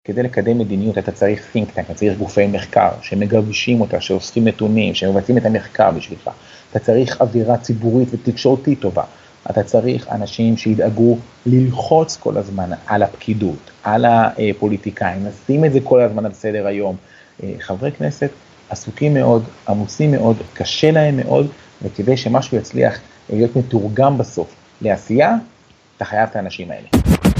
כדי לקדם מדיניות אתה צריך think tank, אתה צריך גופי מחקר שמגבשים אותה, שאוספים נתונים, שמבצעים את המחקר בשבילך. אתה צריך אווירה ציבורית ותקשורתית טובה. אתה צריך אנשים שידאגו ללחוץ כל הזמן על הפקידות, על הפוליטיקאים, נשים את זה כל הזמן על סדר היום. חברי כנסת עסוקים מאוד, עמוסים מאוד, קשה להם מאוד, וכדי שמשהו יצליח להיות מתורגם בסוף לעשייה, אתה חייב את האנשים האלה.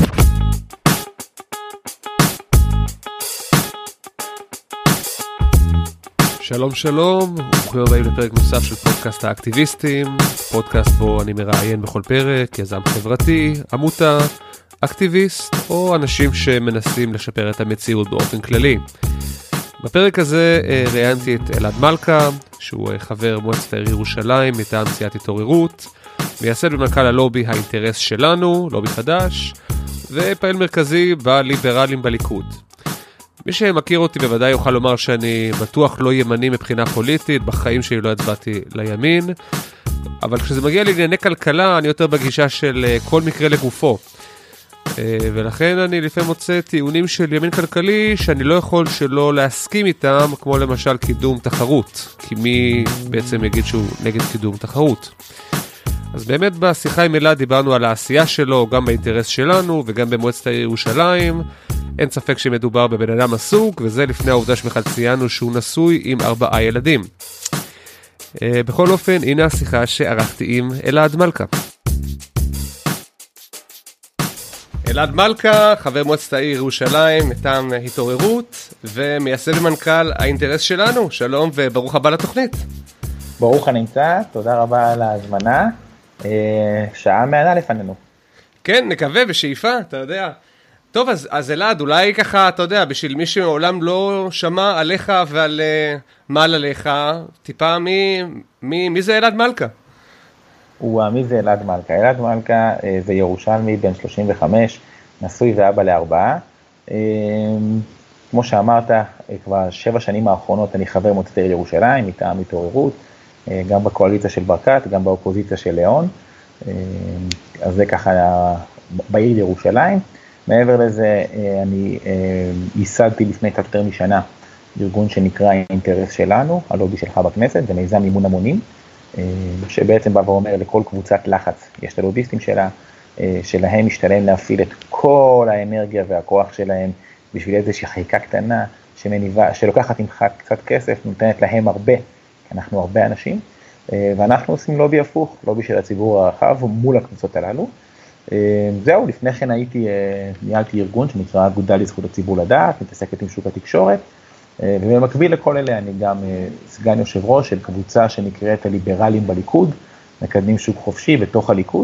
שלום שלום, וברוכים הבאים לפרק נוסף של פודקאסט האקטיביסטים, פודקאסט בו אני מראיין בכל פרק יזם חברתי, עמותה, אקטיביסט או אנשים שמנסים לשפר את המציאות באופן כללי. בפרק הזה ראיינתי את אלעד מלכה, שהוא חבר מועצת העיר ירושלים מטעם סיעת התעוררות, מייסד ומנכ"ל הלובי האינטרס שלנו, לובי חדש, ופעיל מרכזי בליברלים בליכוד. מי שמכיר אותי בוודאי יוכל לומר שאני בטוח לא ימני מבחינה פוליטית, בחיים שלי לא הצבעתי לימין, אבל כשזה מגיע לענייני כלכלה אני יותר בגישה של כל מקרה לגופו. ולכן אני לפעמים מוצא טיעונים של ימין כלכלי שאני לא יכול שלא להסכים איתם, כמו למשל קידום תחרות, כי מי בעצם יגיד שהוא נגד קידום תחרות. אז באמת בשיחה עם אלעד דיברנו על העשייה שלו, גם באינטרס שלנו וגם במועצת העיר ירושלים. אין ספק שמדובר בבן אדם עסוק, וזה לפני העובדה שבכלל ציינו שהוא נשוי עם 4 ילדים. בכל אופן, הנה השיחה שערכתי עם אלעד מלכה. אלעד מלכה, חבר מועצת העיר ירושלים, מטעם התעוררות, ומייסד ומנכ"ל האינטרס שלנו. שלום וברוך הבא לתוכנית. ברוך הנמצא, תודה רבה על ההזמנה. שעה מענה לפנינו. כן, נקווה בשאיפה, אתה יודע. טוב, אז אלעד, אולי ככה, אתה יודע, בשביל מי שמעולם לא שמע עליך ועל מעל עליך, טיפה מי זה אלעד מלכה? מי זה אלעד מלכה? אלעד מלכה זה ירושלמי בן 35, נשוי ואבא ל4. כמו שאמרת, כבר 7 שנים האחרונות אני חבר מועצת העיר ירושלים, מטעם התעוררות, גם בקואליציה של ברקת, גם באופוזיציה של ליאון. אז זה ככה בעיר ירושלים. מעבר לזה, אני ייסדתי לפני קצת יותר משנה ארגון שנקרא האינטרס שלנו, הלובי שלך בכנסת, זה מיזם מימון המונים, שבעצם בא ואומר לכל קבוצת לחץ, יש את הלוביסטים שלהם משתלם להפעיל את כל האנרגיה והכוח שלהם בשביל איזושהי חלקה קטנה שמניבה, שלוקחת ממך קצת כסף, נותנת להם הרבה, כי אנחנו הרבה אנשים, ואנחנו עושים לובי הפוך, לובי של הציבור הרחב מול הקבוצות הללו. זהו, לפני כן ניהלתי ארגון שנקרא אגודה לזכות הציבור לדעת, מתעסקת עם שוק התקשורת, ובמקביל לכל אלה אני גם סגן יושב ראש של קבוצה שנקראת הליברלים בליכוד, מקדמים שוק חופשי בתוך הליכוד.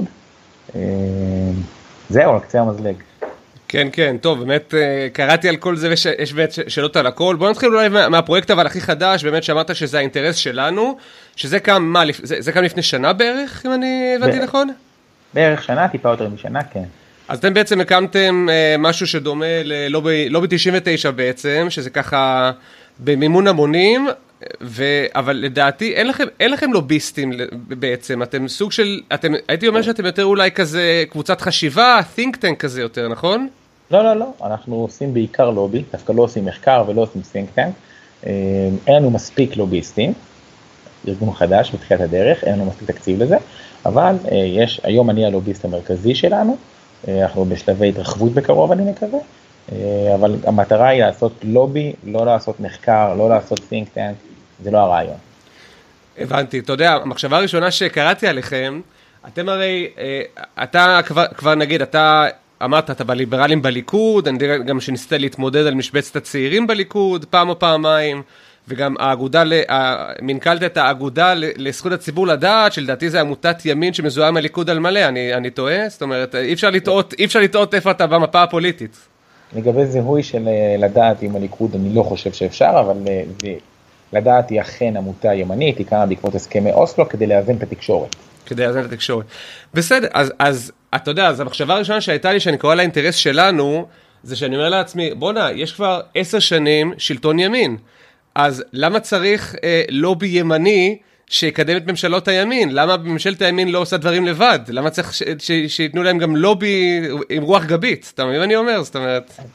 זהו, על קצה המזלג. כן, כן, טוב, באמת קראתי על כל זה ויש באמת שאלות על הכל. בואו נתחיל אולי מהפרויקט אבל הכי חדש, באמת שאמרת שזה האינטרס שלנו, שזה קם, זה קם לפני שנה בערך, אם אני הבנתי נכון? בערך שנה, טיפה יותר משנה, כן. אז אתם בעצם הקמתם משהו שדומה ללובי 99 בעצם, שזה ככה במימון המונים, אבל לדעתי אין לכם לוביסטים בעצם, אתם סוג של, הייתי אומר שאתם יותר אולי כזה קבוצת חשיבה, think tank כזה יותר, נכון? לא, אנחנו עושים בעיקר לובי, דווקא לא עושים מחקר ולא עושים think tank, אין לנו מספיק לוביסטים, ארגון חדש בתחילת הדרך, אין לנו מספיק תקציב לזה, אבל היום אני הלוביסט המרכזי שלנו, אנחנו בשלבי התרחבות בקרוב אני מקווה, אבל המטרה היא לעשות לובי, לא לעשות מחקר, לא לעשות think tank, זה לא הרעיון. הבנתי, אתה יודע, המחשבה הראשונה שקראתי עליכם, אתם הרי, אתה כבר נגיד, אתה אמרת, אתה בליברלים בליכוד, אני יודע גם שניסית להתמודד על משבצת הצעירים בליכוד, פעם או פעמיים, וגם האגודה, מנכ"לת את האגודה לזכות הציבור לדעת, שלדעתי זה עמותת ימין שמזוהה מהליכוד על מלא, אני טועה? זאת אומרת, אי אפשר לטעות איפה אתה במפה הפוליטית. לגבי זיהוי של לדעת עם הליכוד, אני לא חושב שאפשר, אבל לדעת היא אכן עמותה ימנית, היא קמה בעקבות הסכמי אוסלו, כדי לאזן את התקשורת. כדי לאזן את התקשורת. בסדר, אז אתה יודע, אז המחשבה הראשונה שהייתה לי, שאני קורא לאינטרס שלנו, זה שאני אומר לעצמי, בונה, יש כבר 10 שנים שלטון ימין. אז למה צריך לובי ימני שיקדם את ממשלות הימין? למה ממשלת הימין לא עושה דברים לבד? למה צריך שיתנו להם גם לובי עם רוח גבית? אתה מבין מה אני אומר? זאת אומרת...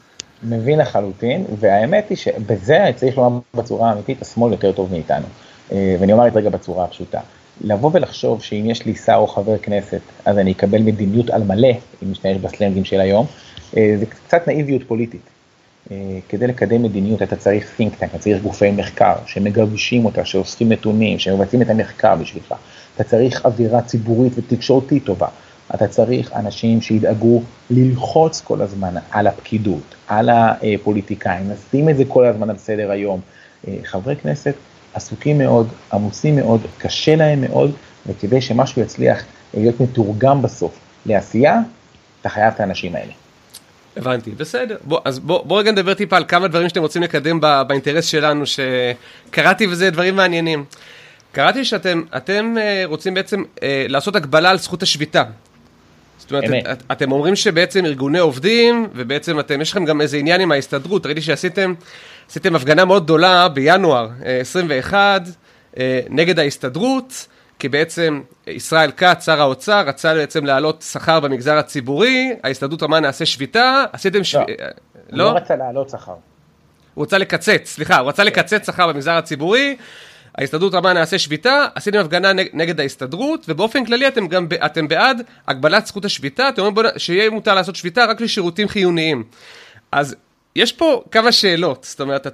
מבין לחלוטין, והאמת היא שבזה צריך לומר בצורה האמיתית, השמאל יותר טוב מאיתנו. ואני אומר את רגע בצורה הפשוטה. לבוא ולחשוב שאם יש לי שר או חבר כנסת, אז אני אקבל מדיניות על מלא, אם משתמש בסלנגים של היום, זה קצת נאיביות פוליטית. כדי לקדם מדיניות אתה צריך think tank, אתה צריך גופי מחקר שמגבשים אותה, שאוספים נתונים, שמבצעים את המחקר בשבילך. אתה צריך אווירה ציבורית ותקשורתית טובה. אתה צריך אנשים שידאגו ללחוץ כל הזמן על הפקידות, על הפוליטיקאים, נשים את זה כל הזמן על סדר היום. חברי כנסת עסוקים מאוד, עמוסים מאוד, קשה להם מאוד, וכדי שמשהו יצליח להיות מתורגם בסוף לעשייה, אתה חייב את האנשים האלה. הבנתי, בסדר. אז בוא רגע נדבר טיפה על כמה דברים שאתם רוצים לקדם באינטרס שלנו, שקראתי וזה דברים מעניינים. קראתי שאתם רוצים בעצם לעשות הגבלה על זכות השביתה. זאת אומרת, אתם אומרים שבעצם ארגוני עובדים, ובעצם יש לכם גם איזה עניין עם ההסתדרות. ראיתי שעשיתם הפגנה מאוד גדולה בינואר 21 נגד ההסתדרות, כי בעצם ישראל כץ, שר האוצר, רצה בעצם להעלות שכר במגזר הציבורי, ההסתדרות אמרה נעשה שביתה, עשיתם שביתה. לא? הוא לא רצה להעלות שכר. הוא רצה לקצץ שכר במגזר הציבורי, ההסתדרות אמרה נעשה שביתה, עשיתם הפגנה נגד ההסתדרות, ובאופן כללי אתם בעד הגבלת זכות השביתה, אתם אומרים שיהיה מותר לעשות שביתה רק לשירותים חיוניים. אז יש פה כמה שאלות, זאת אומרת,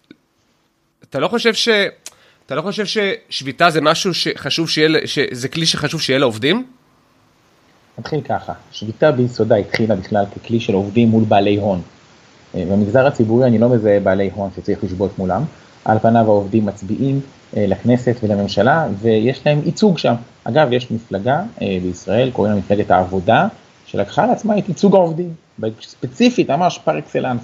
אתה לא חושב ששביתה זה משהו שחשוב שזה כלי שחשוב שיהיה לעובדים? נתחיל ככה, שביתה ביסודה התחילה בכלל ככלי של עובדים מול בעלי הון. במגזר הציבורי אני לא מזהה בעלי הון שצריך לשבות מולם, על פניו העובדים מצביעים לכנסת ולממשלה, ויש להם ייצוג שם. אגב, יש מפלגה בישראל, קוראים לה מפלגת העבודה, שלקחה לעצמה את ייצוג העובדים, ספציפית, ממש פר אקסלנס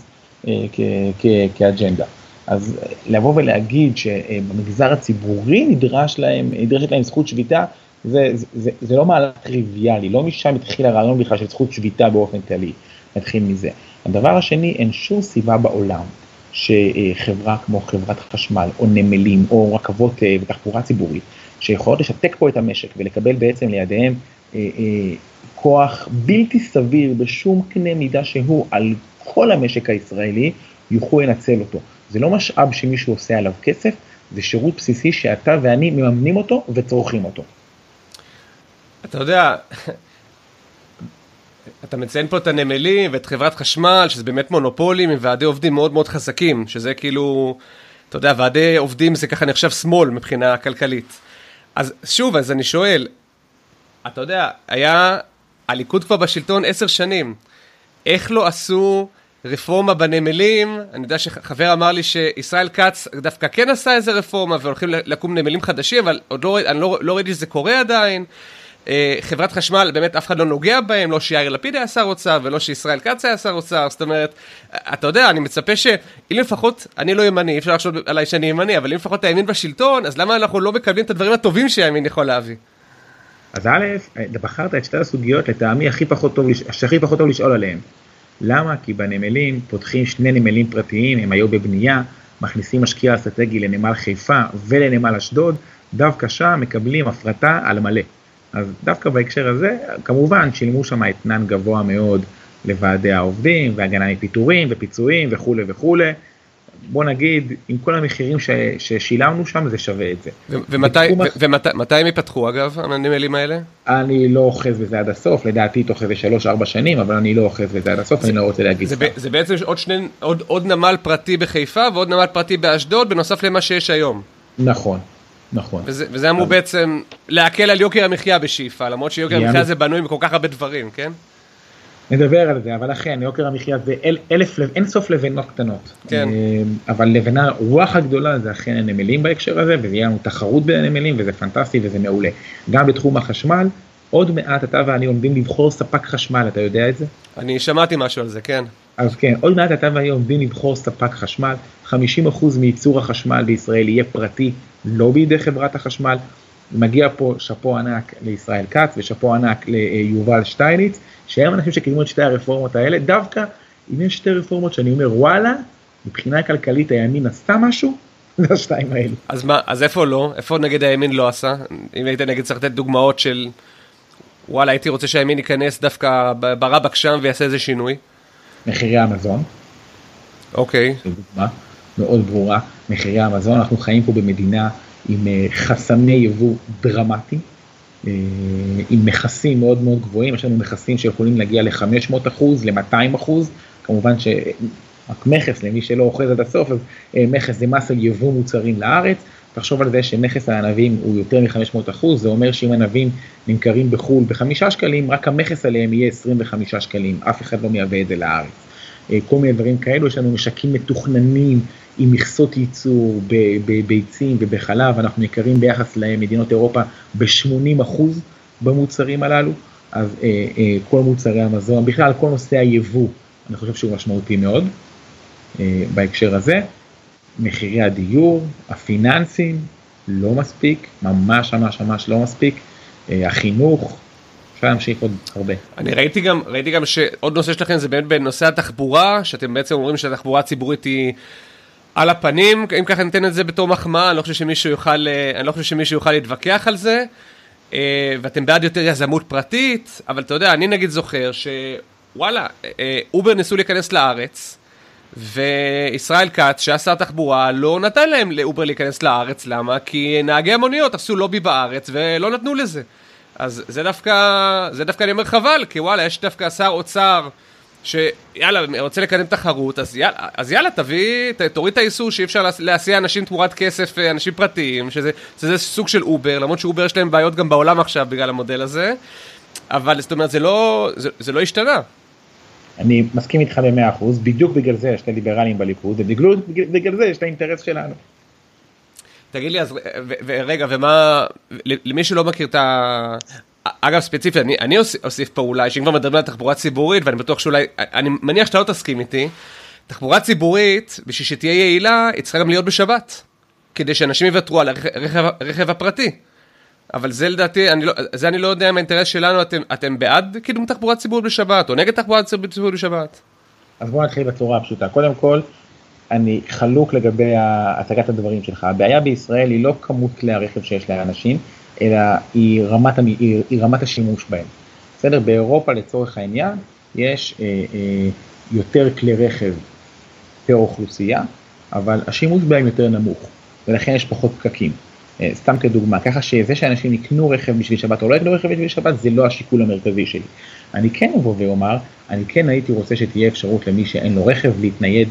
כאג'נדה. אז לבוא ולהגיד שבמגזר הציבורי נדרשת להם זכות שביתה, זה לא מעלה טריוויאלי, לא משם התחיל הרעיון בכלל של זכות שביתה באופן כללי, נתחיל מזה. הדבר השני, אין שום סיבה בעולם שחברה כמו חברת חשמל או נמלים או רכבות ותחבורה ציבורית, שיכולות לשתק פה את המשק ולקבל בעצם לידיהם כוח בלתי סביר בשום קנה מידה שהוא על כל המשק הישראלי, יוכלו לנצל אותו. זה לא משאב שמישהו עושה עליו כסף, זה שירות בסיסי שאתה ואני מממנים אותו וצורכים אותו. אתה יודע, אתה מציין פה את הנמלים ואת חברת חשמל, שזה באמת מונופולים עם ועדי עובדים מאוד מאוד חזקים, שזה כאילו, אתה יודע, ועדי עובדים זה ככה נחשב שמאל מבחינה כלכלית. אז שוב, אז אני שואל, אתה יודע, היה הליכוד כבר בשלטון 10 שנים, איך לא עשו רפורמה בנמלים? אני יודע שחבר אמר לי שישראל כץ דווקא כן עשה איזה רפורמה, והולכים לקום נמלים חדשים, אבל עוד אני לא ראיתי שזה קורה עדיין. חברת חשמל, באמת אף אחד לא נוגע בהם, לא שיאיר לפיד היה שר אוצר, ולא שישראל כץ היה שר אוצר, זאת אומרת, אתה יודע, אני מצפה שאם לפחות, אני לא ימני, אפשר לחשוב עליי שאני ימני, אבל אם לפחות הימין בשלטון, אז למה אנחנו לא מקבלים את הדברים הטובים שהימין יכול להביא? אז א', בחרת את שתי הסוגיות לטעמי הכי פחות טוב לשאול עליהם. למה? כי בנמלים פותחים 2 נמלים פרטיים, הם היו בבנייה, מכניסים משקיע אסטרטגי לנמל חיפה ולנמל אשדוד, דווקא שם מקבלים הפרטה על מלא. אז דווקא בהקשר הזה, כמובן שילמו שם אתנן גבוה מאוד לוועדי העובדים, והגנה מפיטורים ופיצויים וכו' וכו'. בוא נגיד, עם כל המחירים ששילמנו שם, זה שווה את זה. ומתי הם יפתחו אגב, הנמלים האלה? אני לא אוחז בזה עד הסוף, לדעתי תוך איזה 3-4 שנים, אבל אני לא אוחז בזה עד הסוף, אני לא רוצה להגיד. זה בעצם עוד נמל פרטי בחיפה, ועוד נמל פרטי באשדוד, בנוסף למה שיש היום. נכון. נכון. וזה אמור בעצם להקל על יוקר המחיה בשאיפה, למרות שיוקר המחיה זה בנוי מכל כך הרבה דברים, כן? נדבר על זה, אבל לכן, יוקר המחיה זה אין סוף לבנות קטנות. כן. אבל לבנה, רוח הגדולה זה אכן הנמלים בהקשר הזה, וזה יהיה לנו תחרות בין הנמלים, וזה פנטסטי וזה מעולה. גם בתחום החשמל, עוד מעט אתה ואני עומדים לבחור ספק חשמל, אתה יודע את זה? אני שמעתי משהו על זה, כן. אז כן, עוד מעט אתה ואני עומדים לבחור ספק חשמל, 50% מייצור החשמל בישראל יהיה פרטי, לא בידי חברת החשמל. מגיע פה שפו ענק לישראל כץ ושפו ענק ליובל שטייניץ, שהם אנשים שקידמו את 2 הרפורמות האלה. דווקא אם יש 2 רפורמות שאני אומר וואלה, מבחינה כלכלית הימין עשתה משהו, זה 2 האלו. אז מה, אז איפה לא? איפה נגד הימין לא עשה? אם היית נגד צריך לתת דוגמאות של וואלה, הייתי רוצה שהימין ייכנס דווקא ברבק שם ויעשה איזה שינוי. מחירי המזון. אוקיי. דוגמה מאוד ברורה, מחירי המזון, אנחנו חיים פה במדינה עם חסמי יבוא דרמטיים, עם מכסים מאוד מאוד גבוהים, יש לנו מכסים שיכולים להגיע ל-500%, ל-200%, כמובן שהמכס, למי שלא אוחז עד הסוף, אז מכס זה מס על יבוא מוצרים לארץ, תחשוב על זה שמכס הענבים הוא יותר מ-500%, זה אומר שאם ענבים נמכרים בחול ב5 שקלים, רק המכס עליהם יהיה 25 שקלים, אף אחד לא מייבא את זה לארץ. כל מיני דברים כאלו, יש לנו משקים מתוכננים עם מכסות ייצור בביצים ובחלב, אנחנו יקרים ביחס למדינות אירופה ב-80% במוצרים הללו, אז כל מוצרי המזון, בכלל כל נושא היבוא, אני חושב שהוא משמעותי מאוד בהקשר הזה, מחירי הדיור, הפיננסים, לא מספיק, ממש לא מספיק, החינוך, אפשר להמשיך עוד הרבה. אני ראיתי גם שעוד נושא שלכם זה באמת בנושא התחבורה, שאתם בעצם אומרים שהתחבורה הציבורית היא על הפנים, אם ככה ניתן את זה בתור מחמאה, אני לא חושב שמישהו יוכל להתווכח על זה, ואתם בעד יותר יזמות פרטית, אבל אתה יודע, אני נגיד זוכר שוואלה, אובר ניסו להיכנס לארץ, וישראל כץ, שעשה תחבורה, לא נתן להם לאובר להיכנס לארץ, למה? כי נהגי המוניות עשו לובי בארץ, ולא נתנו לזה. אז זה דווקא אני אומר חבל, כי וואלה, יש דווקא שר אוצר, שיאללה, רוצה לקדם תחרות, אז יאללה, תוריד את האיסור שאי אפשר להסיע אנשים תמורת כסף, אנשים פרטיים, שזה סוג של אובר, למרות שאובר יש להם בעיות גם בעולם עכשיו בגלל המודל הזה, אבל זאת אומרת, זה לא השתנה. אני מסכים איתך ב100%, בדיוק בגלל זה יש את הליברלים בליכוד, ובגלל זה יש את האינטרס שלנו. תגיד לי, אז רגע, ומה, למי שלא מכיר את אגב, ספציפית, אני אוסיף פה אולי, שאם כבר מדברים על תחבורה ציבורית, ואני בטוח שאולי, אני מניח שאתה לא תסכים איתי, תחבורה ציבורית, בשביל שתהיה יעילה, היא צריכה גם להיות בשבת, כדי שאנשים יוותרו על הרכב הפרטי. אבל זה לדעתי, אני לא יודע אם האינטרס שלנו, אתם בעד קידום תחבורה ציבורית בשבת, או נגד תחבורה ציבורית בשבת? אז בואו נתחיל בצורה הפשוטה. קודם כל, אני חלוק לגבי הצגת הדברים שלך. הבעיה בישראל היא לא כמות כלי הרכב שיש לאנשים, אלא היא רמת השימוש בהם. בסדר? באירופה לצורך העניין, יש יותר כלי רכב פר אוכלוסייה, אבל השימוש בהם יותר נמוך, ולכן יש פחות פקקים. סתם כדוגמה, ככה שזה שאנשים יקנו רכב בשביל שבת או לא יקנו רכב בשביל שבת, זה לא השיקול המרכזי שלי. אני כן אבוא ואומר, אני כן הייתי רוצה שתהיה אפשרות למי שאין לו רכב להתנייד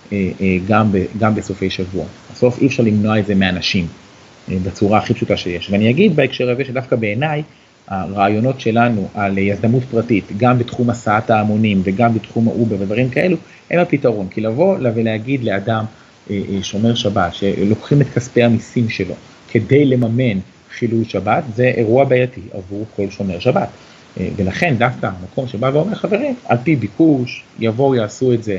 גם בסופי שבוע. בסוף אי אפשר למנוע את זה מאנשים, בצורה הכי פשוטה שיש. ואני אגיד בהקשר הזה שדווקא בעיניי, הרעיונות שלנו על יזמות פרטית, גם בתחום הסעת ההמונים וגם בתחום האובר ודברים כאלו, הם הפתרון. כי לבוא ולהגיד לאדם שומר שבת, שלוקחים את כספי המיסים שלו, כדי לממן חילול שבת, זה אירוע בעייתי עבור כל שומר שבת. ולכן דווקא המקום שבא ואומר, חברים, על פי ביקוש, יבואו יעשו את זה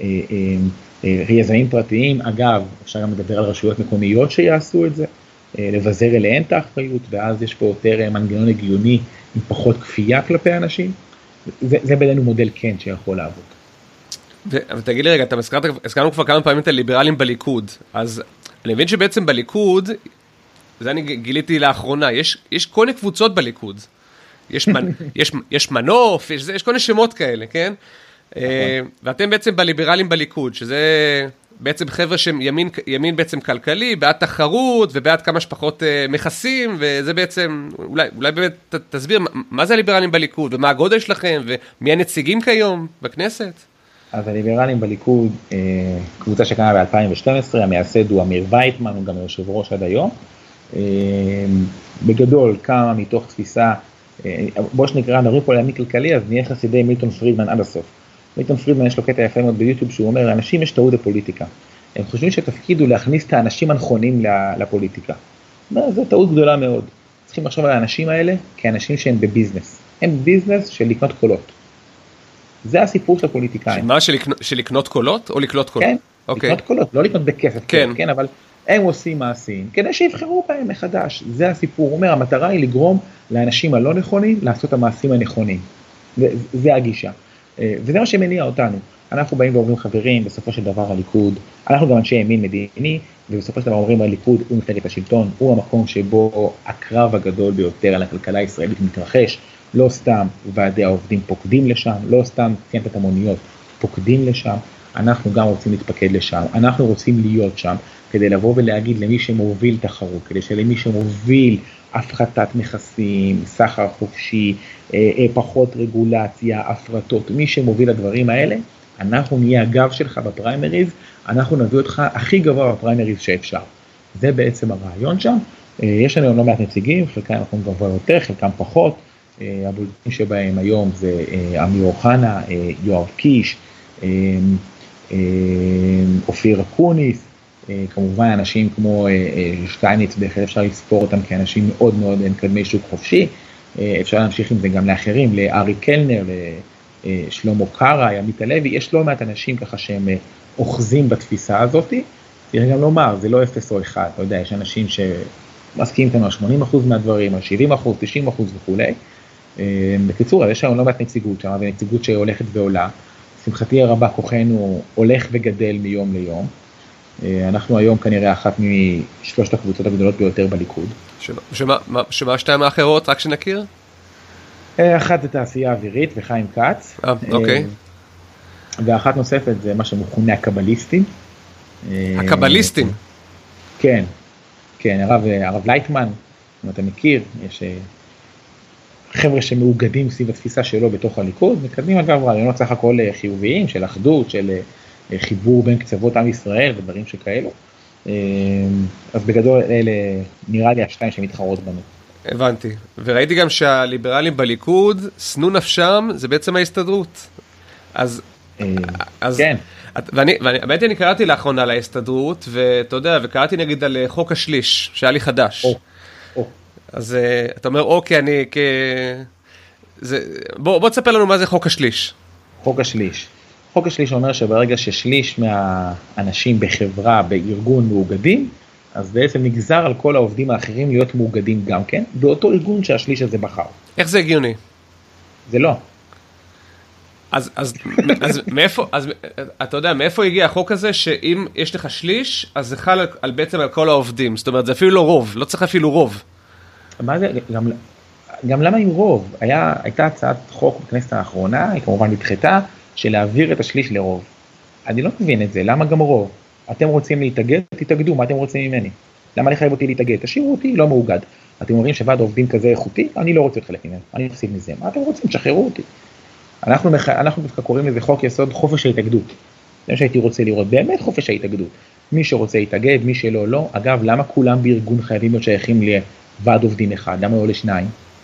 יזמים פרטיים. אגב, אפשר גם לדבר על רשויות מקומיות שיעשו את זה, לבזר אליהן את האחריות, ואז יש פה יותר מנגנון הגיוני עם פחות כפייה כלפי אנשים. זה בינינו מודל כן שיכול לעבוד. ותגיד לי רגע, הזכרנו כבר כמה פעמים את הליברלים בליכוד, אז אני מבין שבעצם בליכוד, זה אני גיליתי לאחרונה, יש כל מיני קבוצות בליכוד, יש מנוף, יש כל מיני שמות כאלה, כן? ואתם בעצם בליברלים בליכוד, שזה בעצם חבר'ה שימין בעצם כלכלי, בעד תחרות ובעד כמה שפחות מכסים, וזה בעצם, אולי באמת תסביר מה זה הליברלים בליכוד, ומה הגודל שלכם, ומי הנציגים כיום בכנסת? אז הליברלים בליכוד, קבוצה שקמה ב-2012, המייסד הוא אמיר וייטמן, הוא גם יושב ראש עד היום. בגדול, כמה מתוך תפיסה, בוא שנקרא, נראים פה לימין כלכלי, אז נהיה חסידי מילטון פרידמן עד הסוף. מילטון פרידמן יש לו קטע יפה מאוד ביוטיוב, שהוא אומר, לאנשים יש טעות בפוליטיקה. הם חושבים שתפקיד הוא להכניס את האנשים הנכונים לפוליטיקה. זו טעות גדולה מאוד. צריכים לחשוב על האנשים האלה כאנשים שהם בביזנס. הם בביזנס של לקנות קולות. זה הסיפור של הפוליטיקאים. מה, של לקנות קולות או לקלוט קולות? כן, לקנות קולות, לא לקנות בכסף, כן, אבל הם עושים מעשים, כדי שיבחרו בהם מחדש. זה הסיפור, הוא אומר, המטרה היא לגרום לאנשים הלא נכונים, לעשות המעשים הנכונים. זה הגישה. וזה מה שמניע אותנו. אנחנו באים ואומרים חברים, בסופו של דבר הליכוד, אנחנו גם אנשי ימין מדיני, ובסופו של דבר אומרים הליכוד הוא מפלגת השלטון, הוא המקום שבו הקרב הגדול ביותר על הכלכלה הישראלית מתרחש, לא סתם ועדי העובדים פוקדים לשם, לא סתם ציינת את המוניות, פוקדים לשם, אנחנו גם רוצים להתפקד לשם, אנחנו רוצים להיות שם, כדי לבוא ולהגיד למי שמוביל תחרות, כדי שלמי שמוביל הפחתת מכסים, סחר חופשי, פחות רגולציה, הפרטות, מי שמוביל הדברים האלה, אנחנו נהיה הגב שלך בפריימריז, אנחנו נביא אותך הכי גבוה בפריימריז שאפשר. זה בעצם הרעיון שם. יש לנו לא מעט נציגים, חלקם אנחנו גבוה יותר, חלקם פחות. הבולטים שבהם היום זה אמיר אוחנה, יואב קיש, אופיר אקוניס, כמובן אנשים כמו שטייניץ, בהחלט אפשר לספור אותם כאנשים מאוד מאוד מקדמי שוק חופשי. אפשר להמשיך עם זה גם לאחרים, לארי קלנר, לשלמה קרעי, עמית הלוי, יש לא מעט אנשים ככה שהם אוחזים בתפיסה הזאת. צריך גם לומר, זה לא 0 או 1, אתה יודע, יש אנשים שמסכימים איתנו על 80% מהדברים, על 70%, 90% וכו'. בקיצור, יש היום לא מעט נציגות שם, ונציגות שהולכת ועולה. שמחתי הרבה, כוחנו הולך וגדל מיום ליום. אנחנו היום כנראה אחת משלושת הקבוצות הגדולות ביותר בליכוד. שמה שתיים האחרות, רק שנכיר? אחת זה תעשייה אווירית וחיים כץ. אוקיי. ואחת נוספת זה מה שמכונה הקבליסטים. הקבליסטים? כן, כן, הרב לייטמן, אם אתה מכיר, יש חבר'ה שמאוגדים סביב התפיסה שלו בתוך הליכוד, מקדמים אגב רעיונות סך הכל חיוביים של אחדות, של חיבור בין קצוות עם ישראל ודברים שכאלו. אז בגדול אלה נראה לי השתיים שמתחרות בנו. הבנתי, וראיתי גם שהליברלים בליכוד, סנו נפשם, זה בעצם ההסתדרות. אז כן. ובאמת אני קראתי לאחרונה על ההסתדרות, ואתה יודע, וקראתי נגיד על חוק השליש, שהיה לי חדש. אז אתה אומר, אוקיי, בוא תספר לנו מה זה חוק השליש. חוק השליש. חוק השליש אומר שברגע ששליש מהאנשים בחברה, בארגון מאוגדים, אז בעצם נגזר על כל העובדים האחרים להיות מאוגדים גם כן, באותו ארגון שהשליש הזה בחר. איך זה הגיוני? זה לא. אז מאיפה, אתה יודע, מאיפה הגיע החוק הזה, שאם יש לך שליש, אז זה חל בעצם על כל העובדים, זאת אומרת, זה אפילו לא רוב, לא צריך אפילו רוב. מה זה, גם למה עם רוב? הייתה הצעת חוק בכנסת האחרונה, היא כמובן נדחתה, של להעביר את השליש לרוב. אני לא מבין את זה, למה גם רוב? אתם רוצים להתאגד? תתאגדו, מה אתם רוצים ממני? למה לחייב אותי להתאגד? תשאירו אותי, לא מאוגד. אתם אומרים שוועד עובדים כזה איכותי? אני לא רוצה חלק ממנו, אני מפסיד מזה. מה אתם רוצים? תשחררו אותי. אנחנו דווקא קוראים לזה חוק יסוד חופש ההתאגדות. זה שהייתי רוצה לראות באמת חופש ההתאגדות. מי שרוצה להתאגד, מי שלא, לא. אגב, למה כולם בארגון חייבים להיות שייכים לוועד עובדים אחד? למה לא לשניים?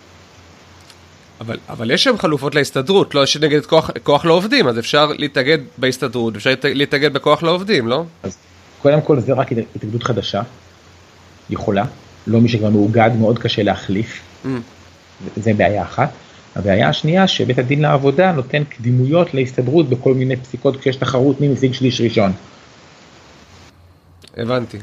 אבל יש שם חלופות להסתדרות, לא שנגד כוח לעובדים, אז אפשר להתאגד בהסתדרות, אפשר להתאגד בכוח לעובדים, לא? אז קודם כל זה רק התאגדות חדשה, יכולה, לא מי שכבר מאוגד, מאוד קשה להחליף, זה בעיה אחת. הבעיה השנייה שבית הדין לעבודה נותן קדימויות להסתדרות בכל מיני פסיקות כשיש תחרות מי משיג שליש ראשון. הבנתי,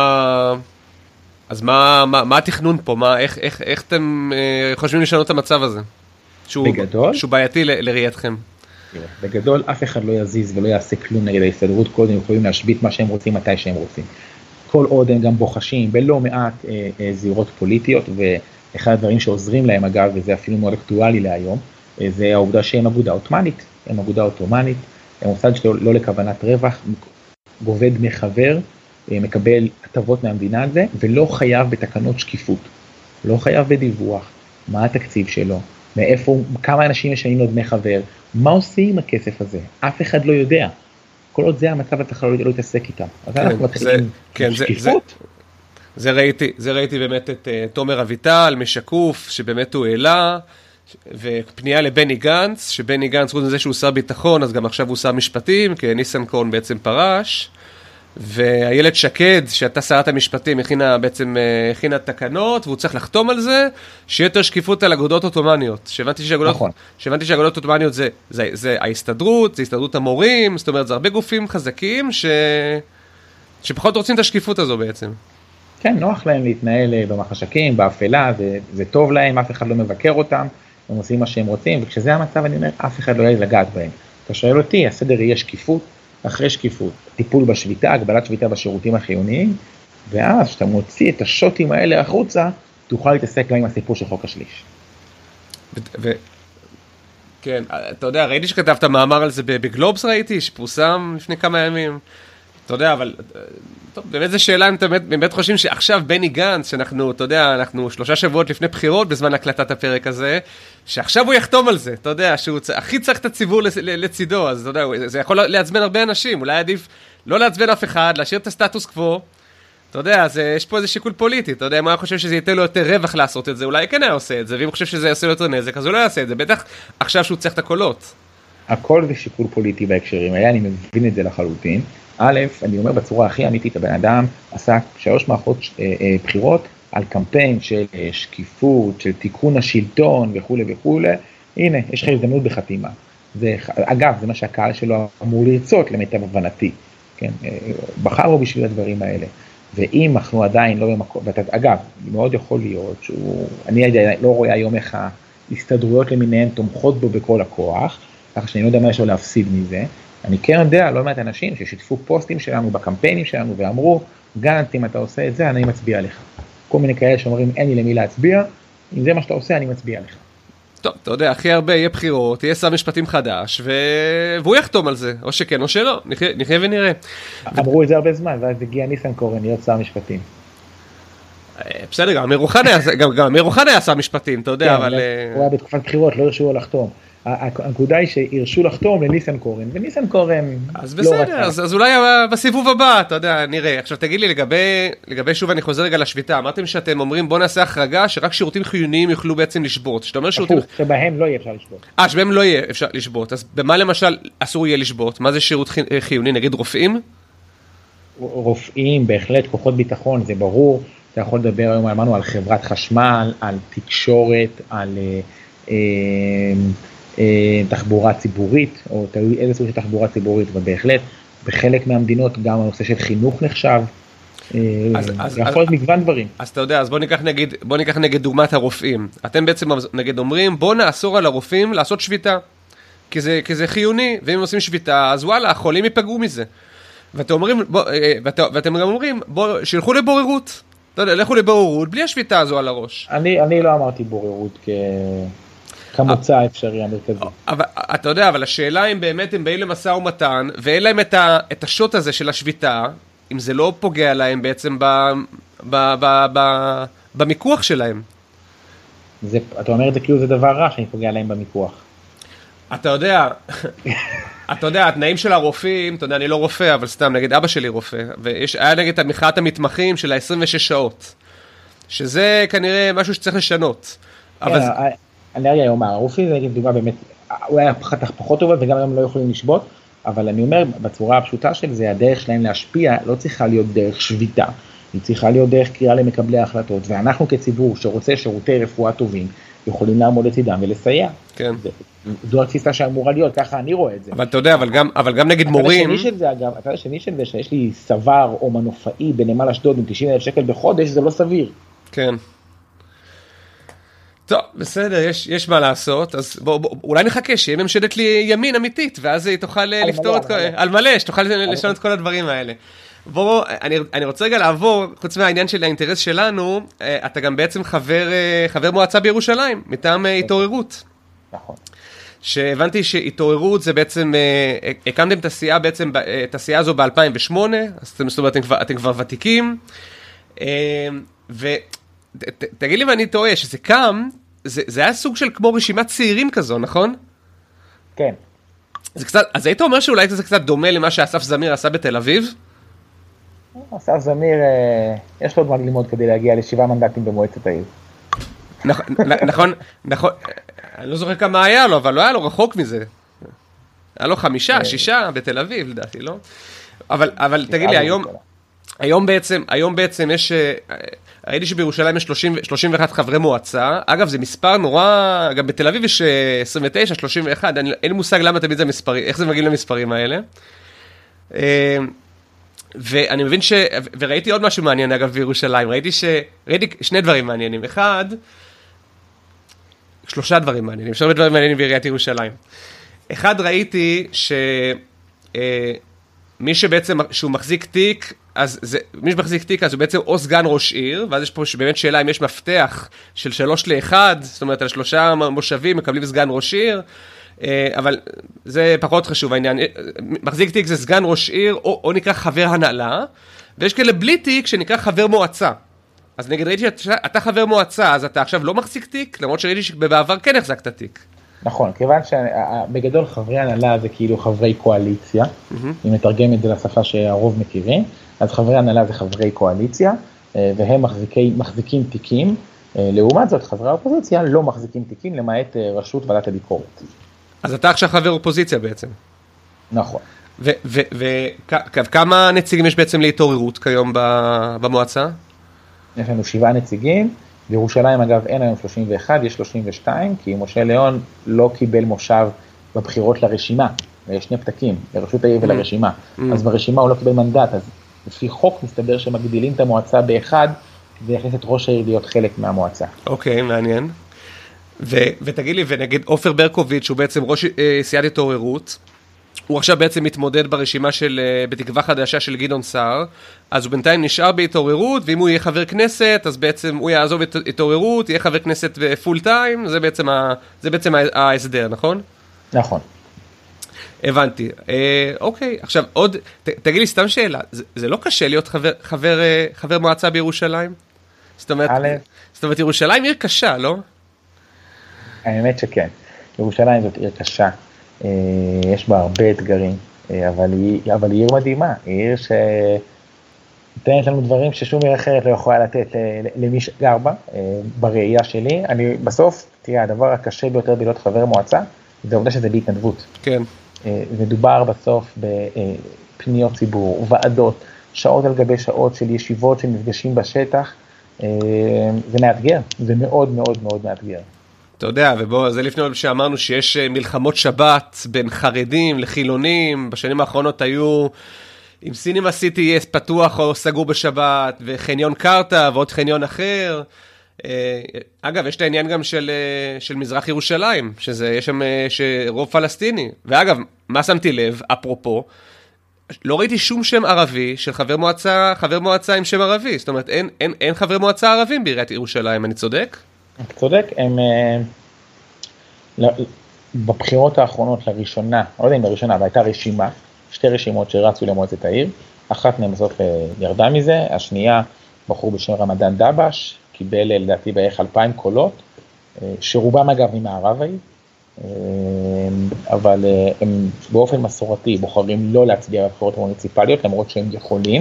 אז מה התכנון פה? איך אתם חושבים לשנות את המצב הזה? בגדול? שהוא בעייתי לראייתכם. בגדול אף אחד לא יזיז ולא יעשה כלום נגד ההסתדרות, כל הם יכולים להשבית מה שהם רוצים מתי שהם רוצים. כל עוד הם גם בוחשים בלא מעט זירות פוליטיות, ואחד הדברים שעוזרים להם אגב, וזה אפילו מאוד אקטואלי להיום, זה העובדה שהם אגודה עות'מאנית, הם אגודה עות'מאנית, הם מוסד שלא לכוונת רווח, גובה דמי חבר, מקבל הטבות מהמדינה הזה, ולא חייב בתקנות שקיפות, לא חייב בדיווח, מה התקציב שלו, מאיפה, כמה אנשים משלמים לו דמי חבר, מה עושים עם הכסף הזה, אף אחד לא יודע, כל עוד זה המצב אתה לא יתעסק איתם, אז אנחנו מתחילים שקיפות. זה ראיתי באמת את תומר אביטל, משקוף, שבאמת הוא העלה, ופנייה לבני גנץ, שבני גנץ, חוץ מזה שהוא שר ביטחון, אז גם עכשיו הוא שר משפטים, כי ניסנקורן בעצם פרש, והילד שקד, שהייתה שרת המשפטים, הכינה תקנות, והוא צריך לחתום על זה, שיהיה יותר שקיפות על אגודות אוטומניות. שהבנתי שאגודות אוטומניות זה ההסתדרות, זה הסתדרות המורים, זאת אומרת, זה הרבה גופים חזקים שפחות רוצים את השקיפות הזו בעצם. כן, נוח להם להתנהל במחשכים, באפלה, זה טוב להם, אף אחד לא מבקר אותם, הם עושים מה שהם רוצים, וכשזה המצב אני אומר, אף אחד לא יהיה לגעת בהם. אתה שואל אותי, הסדר יהיה שקיפות, אחרי שקיפות, טיפול בשביתה, הגבלת שביתה בשירותים החיוניים, ואז שאתה מוציא את השוטים האלה החוצה, תוכל להתעסק גם עם הסיפור של חוק השליש. כן, אתה יודע, ראיתי שכתבת מאמר על זה בגלובס, ראיתי, שפורסם לפני כמה ימים. אתה יודע, אבל, טוב, באמת זו שאלה, אם אתם באמת חושבים שעכשיו בני גנץ, שאנחנו, אתה יודע, אנחנו 3 שבועות לפני בחירות בזמן הקלטת הפרק הזה, שעכשיו הוא יחתום על זה, אתה יודע, שהוא הכי צריך את הציבור לצידו, אז אתה יודע, זה יכול לעצבן הרבה אנשים, אולי עדיף לא לעצבן אף אחד, להשאיר את הסטטוס קוו, אתה יודע, אז יש פה איזה שיקול פוליטי, אתה יודע, אם הוא חושב שזה ייתן לו יותר רווח לעשות את זה, אולי כן היה עושה את זה, ואם הוא חושב שזה יעשה לו יותר נזק, אז הוא לא יעשה את זה, בטח עכשיו שהוא צריך את הקולות. הכל זה שיקול פוליטי בהקשרים האלה, אני מבין את זה לחלוטין. א', אני אומר בצורה הכי אמיתית, הבן אדם עשה 3 מערכות בחירות על קמפיין של שקיפות, של תיקון השלטון וכו' וכו'. הנה, יש לך הזדמנות בחתימה. אגב, זה מה שהקהל שלו אמור לרצות למיטב הבנתי. כן? בחרו בשביל הדברים האלה. ואם אנחנו עדיין לא במקום, אגב, מאוד יכול להיות אני לא רואה היום איך ההסתדרויות למיניהן תומכות בו בכל הכוח, כך שאני לא יודע מה יש לו להפסיד מזה. אני כן יודע, לא מעט אנשים ששיתפו פוסטים שלנו בקמפיינים שלנו ואמרו, גנץ, אם אתה עושה את זה, אני מצביע לך. כל מיני כאלה שאומרים, אין לי למי להצביע, אם זה מה שאתה עושה, אני מצביע לך. טוב, אתה יודע, הכי הרבה יהיה בחירות, יהיה שר משפטים חדש, והוא יחתום על זה, או שכן או שלא, נחיה ונראה. אמרו את זה הרבה זמן, ואז הגיע ניסנקורן להיות שר משפטים. בסדר, גם אמיר אוחנה היה שר משפטים, אתה יודע, אבל... הוא היה בתקופת בחירות, לא הרשו לו לחתום. הנקודה היא שהרשו לחתום לניסנקורן, וניסנקורן אז בסדר, אז אולי בסיבוב הבא, אתה יודע, נראה. עכשיו תגיד לי, לגבי שוב אני חוזר רגע לשביתה, אמרתם שאתם אומרים בוא נעשה החרגה שרק שירותים חיוניים יוכלו בעצם לשבות. שאתה אומר שירותים... שבהם לא יהיה אפשר לשבות. שבהם לא יהיה אפשר לשבות. אז במה למשל אסור יהיה לשבות? מה זה שירות חיוני? נגיד רופאים? רופאים, בהחלט, כוחות ביטחון, זה ברור. אתה יכול לדבר היום, אמרנו, על חברת חשמל, על תקשורת, על תחבורה ציבורית, או תלוי איזה סוג של תחבורה ציבורית, ובהחלט, בחלק מהמדינות גם הנושא של חינוך נחשב, יכול להיות מגוון דברים. אז אתה יודע, אז בוא ניקח נגד דוגמת הרופאים. אתם בעצם נגד אומרים, בוא נאסור על הרופאים לעשות שביתה, כי זה חיוני, ואם עושים שביתה, אז וואלה, החולים ייפגעו מזה. ואתם גם אומרים, שילכו לבוררות. אתה יודע, לכו לבוררות, בלי השביתה הזו על הראש. אני לא אמרתי בוררות כמוצא האפשרי המרכזי. אבל אתה יודע, אבל השאלה אם באמת הם באים למשא ומתן, ואין להם את השוט הזה של השביתה, אם זה לא פוגע להם בעצם במיקוח שלהם. אתה אומר את זה כאילו זה דבר רע שאני פוגע להם במיקוח. אתה יודע, התנאים של הרופאים, אתה יודע, אני לא רופא, אבל סתם, נגיד אבא שלי רופא, והיה נגיד מחאת המתמחים של ה-26 שעות, שזה כנראה משהו שצריך לשנות. אני רגע אומר, הרופאים זה נגיד דוגמה באמת, הוא היה פחות טובה וגם היום לא יכולים לשבות, אבל אני אומר, בצורה הפשוטה של זה, הדרך שלהם להשפיע לא צריכה להיות דרך שביתה, היא צריכה להיות דרך קריאה למקבלי ההחלטות, ואנחנו כציבור שרוצה שירותי רפואה טובים, יכולים לעמוד לצידם ולסייע. כן. זו התפיסה שאמורה להיות, ככה אני רואה את זה. אבל אתה יודע, אבל גם נגד מורים... הצד השני של זה, שיש לי סבר או מנופאי בנמל אשדוד עם 90,000 שקל בחודש, זה לא סביר. כן. טוב, בסדר, יש מה לעשות, אז אולי נחכה שיהיה ממשלת לי ימין אמיתית, ואז היא תוכל לפתור את כל... על מלא, שתוכל לשנות את כל הדברים האלה. בואו, אני רוצה רגע לעבור, חוץ מהעניין של האינטרס שלנו, אתה גם בעצם חבר מועצה בירושלים, מטעם התעוררות. נכון. שהבנתי שהתעוררות זה בעצם, הקמתם את הסיעה הזו ב-2008, אז זאת אומרת, אתם כבר ותיקים, ותגיד לי ואני טועה, שזה קם, זה היה סוג של כמו רשימת צעירים כזו, נכון? כן. אז היית אומר שאולי זה קצת דומה למה שאסף זמיר עשה בתל אביב? אסף זמיר, יש לו עוד מה ללמוד כדי להגיע ל7 מנדטים במועצת העיר. נכון, אני לא זוכר כמה היה לו, אבל לא היה לו רחוק מזה. היה לו 5, 6 בתל אביב, לדעתי, לא? אבל תגיד לי, היום בעצם יש, ראיתי שבירושלים יש 31 חברי מועצה, אגב זה מספר נורא, גם בתל אביב יש 29, 31, אין לי מושג למה תמיד זה מספרים, איך זה מגיעים למספרים האלה. ואני מבין וראיתי עוד משהו מעניין אגב בירושלים, ראיתי 2 דברים מעניינים, 3 דברים מעניינים, 3 דברים מעניינים בעיריית ירושלים. 1, ראיתי מי שבעצם, שהוא מחזיק תיק, מי שמחזיק תיק אז הוא בעצם או סגן ראש עיר, ואז יש פה באמת שאלה אם יש מפתח של 3-1, זאת אומרת על 3 מושבים מקבלים סגן ראש עיר, אבל זה פחות חשוב העניין. מחזיק תיק זה סגן ראש עיר, או נקרא חבר הנהלה, ויש כאלה בלי תיק שנקרא חבר מועצה. אז נגיד ראיתי שאתה חבר מועצה, אז אתה עכשיו לא מחזיק תיק, למרות שראיתי שבעבר כן החזקת תיק. נכון, כיוון שבגדול חברי הנהלה זה כאילו חברי קואליציה, אם מתרגם את זה לשפה שהרוב מכירים, אז חברי הנהלה זה חברי קואליציה, והם מחזיקים תיקים, לעומת זאת חברי האופוזיציה לא מחזיקים תיקים, למעט רשות ועדת הביקורת. אז אתה עכשיו חבר אופוזיציה בעצם. נכון. וכמה נציגים יש בעצם להתעוררות כיום במועצה? יש לנו 7 נציגים, בירושלים אגב אין היום 31, יש 32, כי משה ליאון לא קיבל מושב בבחירות לרשימה, ויש 2 פתקים, לרשות העיר ולרשימה, אז ברשימה הוא לא קיבל מנדט, אז לפי חוק מסתבר שמגדילים את המועצה באחד, ויכניס את ראש העיר להיות חלק מהמועצה. אוקיי, מעניין. ותגיד לי, ונגיד עופר ברקוביץ', שהוא בעצם ראש סיעת התעוררות, הוא עכשיו בעצם מתמודד ברשימה של, בתקווה חדשה של גדעון סער, אז הוא בינתיים נשאר בהתעוררות, ואם הוא יהיה חבר כנסת, אז בעצם הוא יעזוב את התעוררות, יהיה חבר כנסת בפול טיים, זה בעצם ההסדר, נכון? נכון. הבנתי. אוקיי, עכשיו עוד, תגיד לי סתם שאלה, זה לא קשה להיות חבר מועצה בירושלים? זאת אומרת, ירושלים עיר קשה, לא? האמת שכן. ירושלים זאת עיר קשה. יש בה הרבה אתגרים, אבל היא עיר מדהימה, היא עיר שנותנת לנו דברים ששום עיר אחרת לא יכולה לתת למי שגר בה, בראייה שלי. אני בסוף, תראה, הדבר הקשה ביותר בלהיות חבר מועצה, זה העובדה שזה בהתנדבות. כן. מדובר בסוף בפניות ציבור, ועדות, שעות על גבי שעות של ישיבות שמפגשים בשטח, זה מאתגר, זה מאוד מאוד מאוד מאתגר. אתה יודע, ובוא, זה לפני שאמרנו שיש מלחמות שבת בין חרדים לחילונים, בשנים האחרונות היו, אם סינימה סיטי יהיה פתוח או סגור בשבת, וחניון קרטה ועוד חניון אחר. אגב, יש את העניין גם של מזרח ירושלים, יש שם רוב פלסטיני. ואגב, מה שמתי לב, אפרופו, לא ראיתי שום שם ערבי של חבר מועצה עם שם ערבי. זאת אומרת, אין חבר מועצה ערבים בעיריית ירושלים, אני צודק? אתה צודק, הם בבחירות האחרונות לראשונה, לא יודע אם לראשונה, אבל הייתה רשימה, 2 רשימות שרצו למועצת העיר, אחת מהם בסוף ירדה מזה, השנייה בחור בשם רמדאן דבש, קיבל לדעתי בערך 2,000 קולות, שרובם אגב ממערב העיר, אבל הם באופן מסורתי בוחרים לא להצביע בבחירות המוניציפליות, למרות שהם יכולים.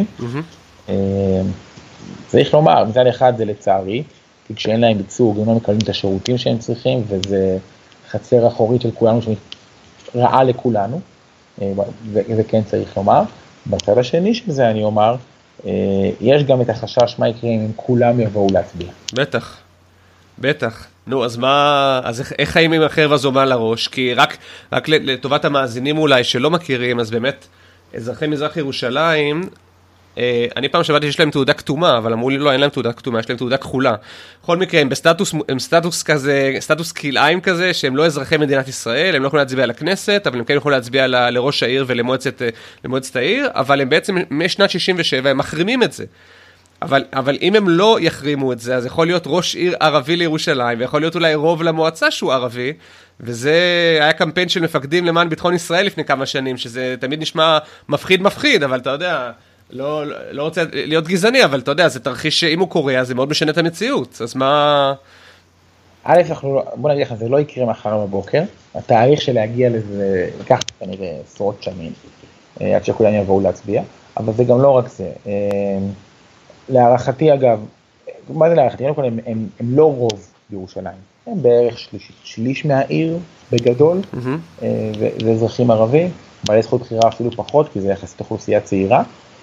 צריך לומר, מצד אחד זה לצערי, כי כשאין להם ייצוג, הם לא מקבלים את השירותים שהם צריכים, וזה חצר אחורית של כולנו, רעה לכולנו, וזה כן צריך לומר. בצד השני של זה אני אומר, יש גם את החשש מה יקרה אם כולם יבואו להצביע. בטח, בטח. נו, אז איך חיים עם החרב הזו מעל הראש? כי רק לטובת המאזינים אולי שלא מכירים, אז באמת, אזרחי מזרח ירושלים, אני פעם שבאתי שיש להם תעודה כתומה, אבל אמרו לי לא, אין להם תעודה כתומה, יש להם תעודה כחולה. בכל מקרה, הם סטטוס כזה, סטטוס כלאיים כזה, שהם לא אזרחי מדינת ישראל, הם לא יכולים להצביע לכנסת, אבל הם כן יכולים להצביע לראש העיר ולמועצת העיר, אבל הם בעצם משנת 67, הם מחרימים את זה. אבל אם הם לא יחרימו את זה, אז יכול להיות ראש עיר ערבי לירושלים, ויכול להיות אולי רוב למועצה שהוא ערבי, וזה היה קמפיין של מפקדים למען ביטחון ישראל לפני כמה שנים, שזה תמיד נשמע מפחיד, אבל אתה יודע, לא רוצה להיות גזעני, אבל אתה יודע, זה תרחיש שאם הוא קורה, אז זה מאוד משנה את המציאות, אז מה... בוא נגיד לך, זה לא יקרה מחר בבוקר, התאריך של להגיע לזה, לקח כנראה עשרות שנים, עד שכולם יבואו להצביע, אבל זה גם לא רק זה. להערכתי אגב, מה זה להערכתי? הם לא רוב בירושלים, הם בערך שליש מהעיר בגדול, זה אזרחים ערבים, בעלי זכות בחירה אפילו פחות, כי זה יחסית אוכלוסייה צעירה,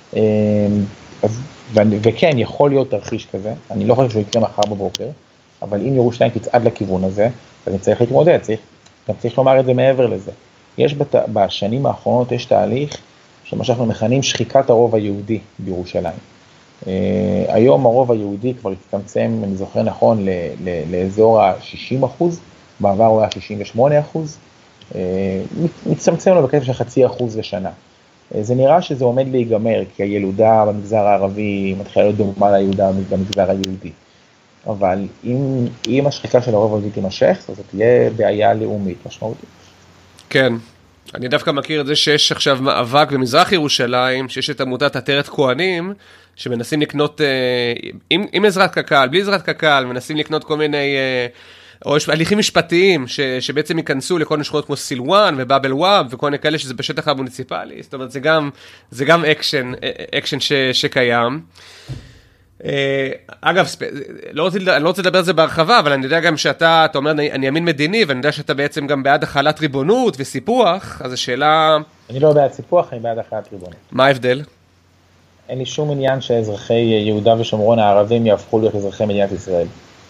וכן, יכול להיות תרחיש כזה, אני לא חושב שהוא יקרה מחר בבוקר, אבל אם ירושלים תצעד לכיוון הזה, אז אני צריך להתמודד, גם צריך לומר את זה מעבר לזה. יש בשנים האחרונות, יש תהליך שמה שאנחנו מכנים שחיקת הרוב היהודי בירושלים. היום הרוב היהודי כבר הצטמצם, אני זוכר נכון, לאזור ה-60%, בעבר הוא היה 68%, מצטמצם לו בקצב של 0.5% לשנה. זה נראה שזה עומד להיגמר, כי הילודה במגזר הערבי מתחילה להיות דומה לילודה במגזר היהודי. אבל אם השחיקה של הרוב היהודי תימשך, אז זאת תהיה בעיה לאומית משמעותית. כן. אני דווקא מכיר את זה שיש עכשיו מאבק במזרח ירושלים, שיש את עמותת עטרת כהנים, שמנסים לקנות, עם עזרת קק"ל, בלי עזרת קק"ל, מנסים לקנות כל מיני, או יש הליכים משפטיים, שבעצם ייכנסו לכל מיני שכונות כמו סילואן ובאבל וואב, וכל מיני כאלה שזה בשטח המוניציפלי, זאת אומרת, זה גם אקשן שקיים. אגב, אני לא רוצה לדבר על זה בהרחבה, אבל אני יודע גם שאתה אומר, אני ימין מדיני, ואני יודע שאתה בעצם גם בעד החלת ריבונות וסיפוח, אז השאלה... אני לא בעד סיפוח, אני בעד החלת ריבונות. מה ההבדל? אין לי שום עניין שאזרחי יהודה ושומרון הערבים יהפכו להיות אזרחי מדינת ישראל.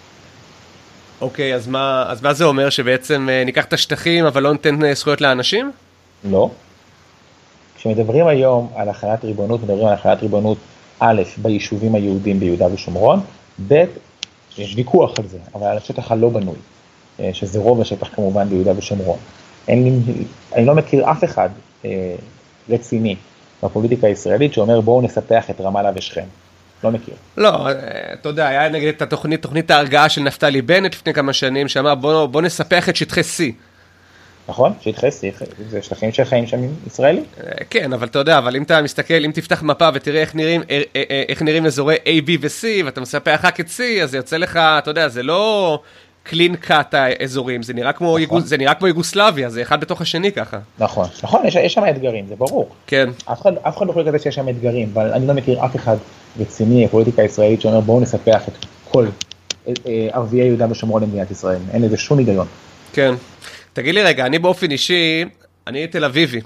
אוקיי, אז מה זה אומר? שבעצם ניקח את השטחים, אבל לא ניתן זכויות לאנשים? לא. כשמדברים היום על החלת ריבונות, מדברים על החלת ריבונות א', ביישובים היהודים ביהודה ושומרון, ב', יש ויכוח על זה, אבל על השטח הלא בנוי, שזה רוב השטח כמובן ביהודה ושומרון. אני לא מכיר אף אחד רציני בפוליטיקה הישראלית שאומר בואו נספח את רמאללה ושכם. לא מכיר. לא, אתה יודע, היה נגיד את תוכנית ההרגעה של נפתלי בנט לפני כמה שנים, שאמר בוא נספח את שטחי C. נכון, שטחי C, זה שטחים שחיים שם ישראלים. כן, אבל אתה יודע, אבל אם אתה מסתכל, אם תפתח מפה ותראה איך נראים אזורי A, B ו-C, ואתה מספח רק את C, אז זה יוצא לך, אתה יודע, זה לא קלין קאט האזורים, זה נראה כמו יוגוסלביה, זה אחד בתוך השני ככה. נכון, יש שם אתגרים, זה ברור. כן. אף אחד לא יכול לדעת שיש שם אתגרים, אבל אני לא מכיר אף אחד רציני, הפוליטיקה הישראלית, שאומר בואו נספח את כל ערביי יהודה ושומרון למדינת ישראל. אין לזה שום היגיון. כן. תגיד לי רגע, אני באופן אישי, אני תל אביבי,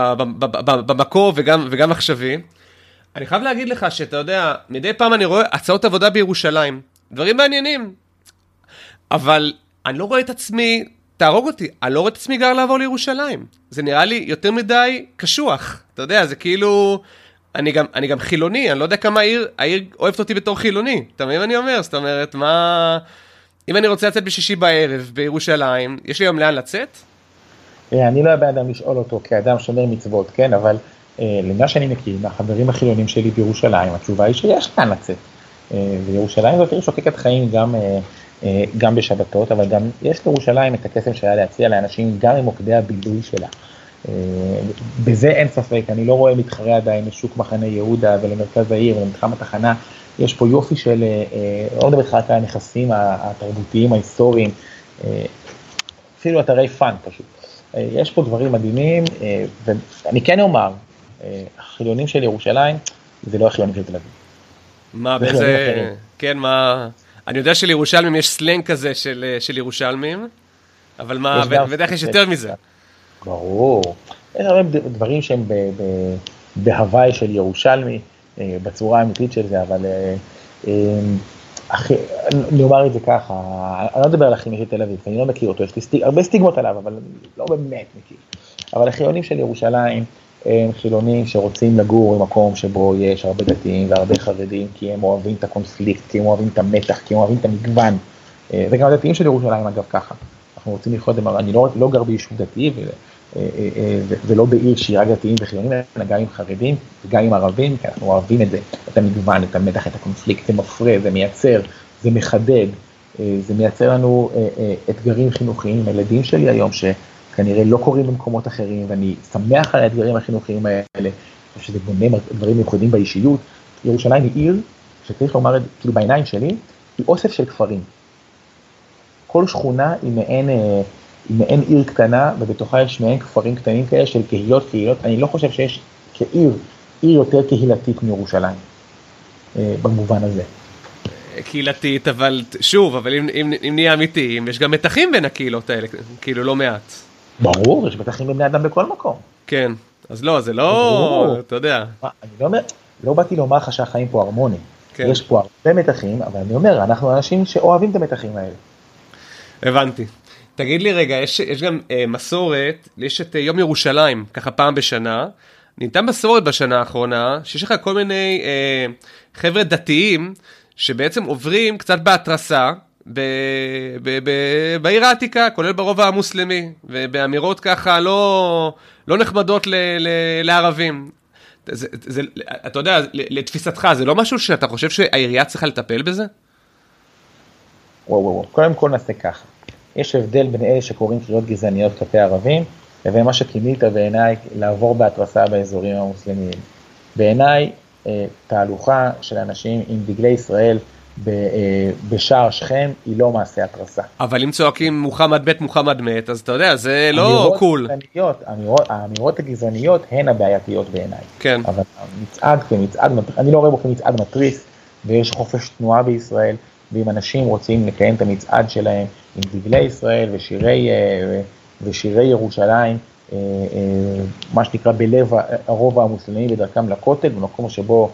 במקור וגם עכשווי. אני חייב להגיד לך שאתה יודע, מדי פעם אני רואה הצעות עבודה בירושלים, דברים מעניינים, אבל אני לא רואה את עצמי, תהרוג אותי, אני לא רואה את עצמי גר לעבור לירושלים. זה נראה לי יותר מדי קשוח, אתה יודע, זה כאילו, אני גם חילוני, אני לא יודע כמה העיר אוהבת אותי בתור חילוני, אתה מבין מה אני אומר? זאת אומרת, אם אני רוצה לצאת בשישי בערב בירושלים, יש לי היום לאן לצאת? אני לא יודע אדם לשאול אותו כאדם שומר מצוות, כן, אבל למה שאני מכיר, מהחברים החילונים שלי בירושלים, התשובה היא שיש לאן לצאת. וירושלים זאת עיר שוקקת חיים גם בשבתות, אבל גם יש לירושלים את הקסם שהיה להציע לאנשים גם ממוקדי הבילוי שלה. בזה אין ספק, אני לא רואה מתחרה עדיין לשוק מחנה יהודה ולמרכז העיר ולמתחם התחנה, יש פה יופי של, לא מדבר לך על הנכסים התרבותיים, ההיסטוריים, אפילו אתרי פאן פשוט. יש פה דברים מדהימים, ואני כן אומר, החילונים של ירושלים, זה לא החילונים של תל אביב. מה, באיזה, כן, מה, אני יודע שלירושלמים יש סלנג כזה של ירושלמים, אבל מה, בטח יש יותר מזה. ברור, יש הרבה דברים שהם בהוואי של ירושלמי, בצורה האמיתית של זה, אבל אני אומר את זה ככה, אני לא מדבר על החילונים של תל אביב, אני לא מכיר אותו, יש לי הרבה סטיגמות עליו, אבל לא באמת מכיר. אבל החילונים של ירושלים הם חילונים שרוצים לגור במקום שבו יש הרבה דתיים והרבה חרדים, כי הם אוהבים את הקונפליקט, כי הם אוהבים את המתח, כי הם אוהבים את המגוון. וגם הדתיים של ירושלים אגב ככה. אנחנו רוצים לחיות, אני לא גר ביישוב דתי ולא בעיר שהיא רק דתיים וחילונים, אלא גם עם חרדים וגם עם ערבים, כי אנחנו אוהבים את זה, את המגוון, את המתח, את הקונפליקט, זה מפרה, זה מייצר, זה מחדד, זה מייצר לנו אתגרים חינוכיים. הילדים שלי היום שכנראה לא קורים במקומות אחרים, ואני שמח על האתגרים החינוכיים האלה, שזה בונה דברים מיוחדים באישיות. ירושלים היא עיר, שצריך לומר, כאילו בעיניים שלי, היא אוסף של כפרים. כל שכונה היא מעין עיר קטנה, ובתוכה יש מעין כפרים קטנים כאלה של קהילות. אני לא חושב שיש עיר יותר קהילתית מירושלים, במובן הזה. קהילתית, אבל שוב, אבל אם נהיה אמיתיים, יש גם מתחים בין הקהילות האלה, כאילו לא מעט. ברור, יש מתחים בבני אדם בכל מקום. כן, אז לא, זה לא, אתה יודע. אני לא באתי לומר לך שהחיים פה הרמוניים. יש פה הרבה מתחים, אבל אני אומר, אנחנו אנשים שאוהבים את המתחים האלה. הבנתי. תגיד לי רגע, יש גם מסורת, יש את יום ירושלים, ככה פעם בשנה, ניתן מסורת בשנה האחרונה, שיש לך כל מיני חבר'ה דתיים, שבעצם עוברים קצת בהתרסה, בעיר העתיקה, כולל ברובע המוסלמי, ובאמירות ככה לא נחמדות לערבים. אתה יודע, לתפיסתך, זה לא משהו שאתה חושב שהעירייה צריכה לטפל בזה? וואו, קודם כל נעשה ככה. יש הבדל בין אלה שקוראים קריאות גזעניות כלפי ערבים, לבין מה שכינית בעיניי לעבור בהתרסה באזורים המוסלמיים. בעיניי, תהלוכה של אנשים עם דגלי ישראל בשער שכם היא לא מעשה התרסה. אבל אם צועקים מוחמד בית מוחמד מת, אז אתה יודע, זה לא קול. האמירות הגזעניות הן הבעייתיות בעיניי. כן. אבל המצעד כמצעד, אני לא רואה בו כמצעד מטריס, ויש חופש תנועה בישראל, ואם אנשים רוצים לקיים את המצעד שלהם עם דגלי ישראל ושירי ירושלים, מה שנקרא בלב הרובע המוסלמי בדרכם לכותל, במקום שבו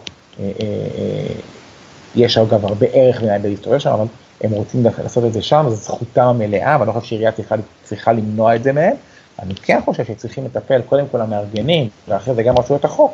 יש אגב הרבה ערך בעיניי בהיסטוריה שם, אבל הם רוצים לעשות את זה שם, זו זכותם המלאה, אבל אני לא חושב שעירייה צריכה למנוע את זה מהם. אני כן חושב שצריכים לטפל קודם כל המארגנים, ואחרי זה גם רשויות החוק,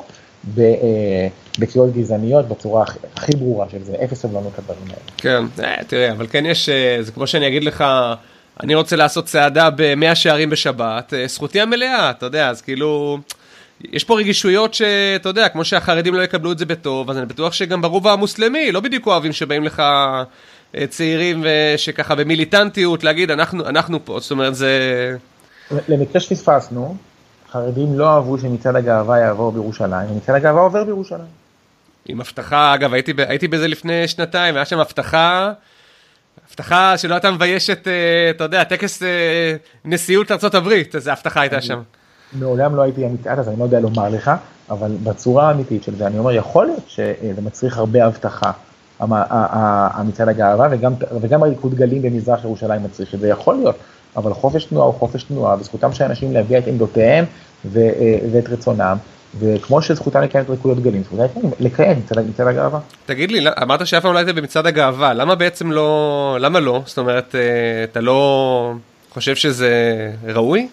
בקריאות גזעניות בצורה הכי ברורה של זה, אפס סובלנות לדברים האלה. כן, תראה, אבל כן יש, זה כמו שאני אגיד לך, אני רוצה לעשות צעדה ב100 שערים בשבת, זכותי המלאה, אתה יודע, אז כאילו, יש פה רגישויות שאתה יודע, כמו שהחרדים לא יקבלו את זה בטוב, אז אני בטוח שגם ברובע המוסלמי, לא בדיוק אוהבים שבאים לך צעירים שככה במיליטנטיות, להגיד, אנחנו פה, זאת אומרת, זה... למקרה שפספסנו, חרדים לא אהבו שמצעד הגאווה יעבור בירושלים, ומצעד הגאווה עובר בירושלים. עם הבטחה, אגב, הייתי בזה לפני שנתיים, היה שם הבטחה שלא הייתה מביישת, אתה יודע, טקס נשיאות ארצות הברית, איזו הבטחה הייתה שם. מעולם לא הייתי המצעד, אז אני לא יודע לומר לך, אבל בצורה האמיתית של זה, אני אומר, יכול להיות שזה מצריך הרבה הבטחה, המצעד הגאווה, וגם הריקוד גלים במזרח ירושלים מצריך את זה, יכול להיות. אבל חופש תנועה הוא חופש תנועה, וזכותם של אנשים להביע את עמדותיהם ואת רצונם, וכמו שזכותם לקיים את ריקודות גלים, זכותם לקיים מצעד הגאווה. תגיד לי, אמרת שאף פעם לא היית במצעד הגאווה, למה בעצם לא, למה לא? זאת אומרת, אתה לא חושב שזה ראוי?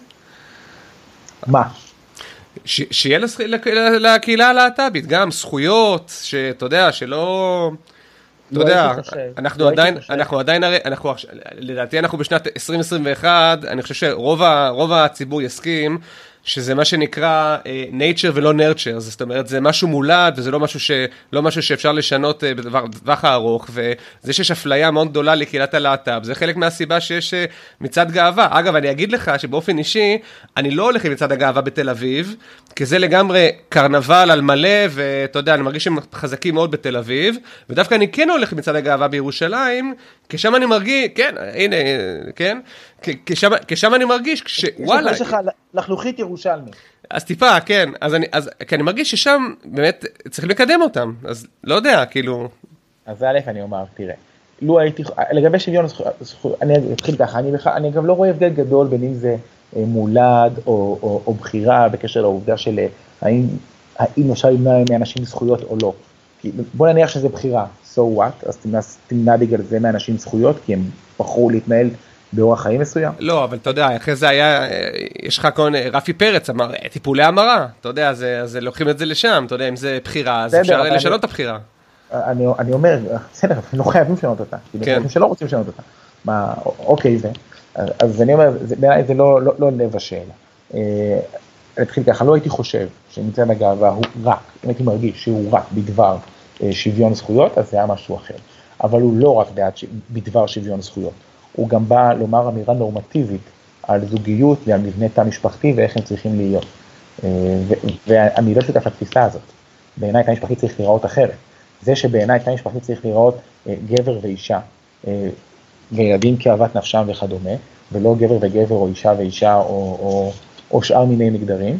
מה? שיהיה לקהילה הלהט"בית, גם זכויות, שאתה יודע, שלא... אתה יודע, אנחנו עדיין, לדעתי אנחנו בשנת 2021, אני חושב שרוב הציבור יסכים שזה מה שנקרא nature ולא nurture, זאת אומרת, זה משהו מולד, וזה לא משהו שאפשר לשנות בטווח הארוך, וזה שיש אפליה מאוד גדולה לקהילת הלהט"ב, זה חלק מהסיבה שיש מצעד גאווה. אגב, אני אגיד לך שבאופן אישי, אני לא הולך למצעד הגאווה בתל אביב, כי זה לגמרי קרנבל על מלא, ואתה יודע, אני מרגיש שהם חזקים מאוד בתל אביב, ודווקא אני כן הולך למצעד הגאווה בירושלים, כי שם אני מרגיש, כן, הנה, כן, כי שם אני מרגיש, וואלה. יש לך לחלוכית ירושלמי. אז טיפה, כן, כי אני מרגיש ששם באמת צריכים לקדם אותם, אז לא יודע, כאילו... אז א' אני אומר, תראה, לו הייתי, לגבי שוויון זכויות, אני אתחיל ככה, אני אגב לא רואה הבדל גדול בין אם זה מולד או בחירה בקשר לעובדה של האם אפשר למנוע מאנשים זכויות או לא. בוא נניח שזה בחירה, so what, אז תמנע בגלל זה מאנשים זכויות, כי הם בחרו להתנהל באורח חיים מסוים. לא, אבל אתה יודע, אחרי זה היה, יש לך כאן, רפי פרץ אמר, טיפולי המרה, אתה יודע, אז לוקחים את זה לשם, אתה יודע, אם זה בחירה, אז אפשר לשנות את הבחירה. אני אומר, בסדר, לא חייבים לשנות אותה, כי שלא רוצים לשנות אותה. מה, אוקיי זה. אז אני אומר, בעיניי זה לא לב השאלה. להתחיל ככה, לא הייתי חושב שמצעד הגאווה הוא רק, אם הייתי מרגיש שהוא רק בדבר שוויון זכויות, אז זה היה משהו אחר. אבל הוא לא רק בדבר שוויון זכויות. הוא גם בא לומר אמירה נורמטיבית על זוגיות ועל מבנה תא משפחתי ואיך הם צריכים להיות. ואני לא שותף לתפיסה הזאת. בעיניי תא משפחתי צריך להיראות אחרת. זה שבעיניי תא משפחתי צריך להיראות גבר ואישה, וילדים כאהבת נפשם וכדומה, ולא גבר וגבר או אישה ואישה או שאר מיני מגדרים.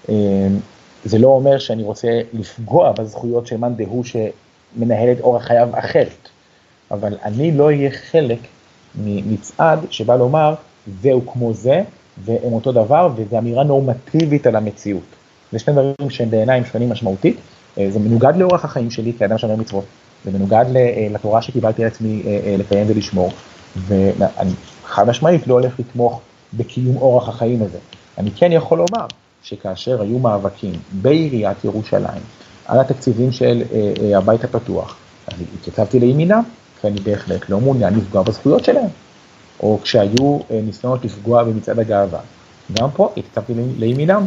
זה לא אומר שאני רוצה לפגוע בזכויות של מאן דהוא שמנהלת אורח חייו אחרת. אבל אני לא אהיה חלק מצעד שבא לומר, זהו כמו זה, והם אותו דבר, וזו אמירה נורמטיבית על המציאות. זה שני דברים שהם בעיניים שונים משמעותית, זה מנוגד לאורח החיים שלי כאדם שומר מצוות, זה מנוגד לתורה שקיבלתי על עצמי לקיים ולשמור, ואני חד משמעית לא הולך לתמוך בקיום אורח החיים הזה. אני כן יכול לומר שכאשר היו מאבקים בעיריית ירושלים, על התקציבים של הבית הפתוח, אני התייצבתי לימינם, ואני בהחלט לא מעוניין לפגוע בזכויות שלהם. או כשהיו ניסיונות לפגוע במצעד הגאווה. גם פה התייצבתי לימינם.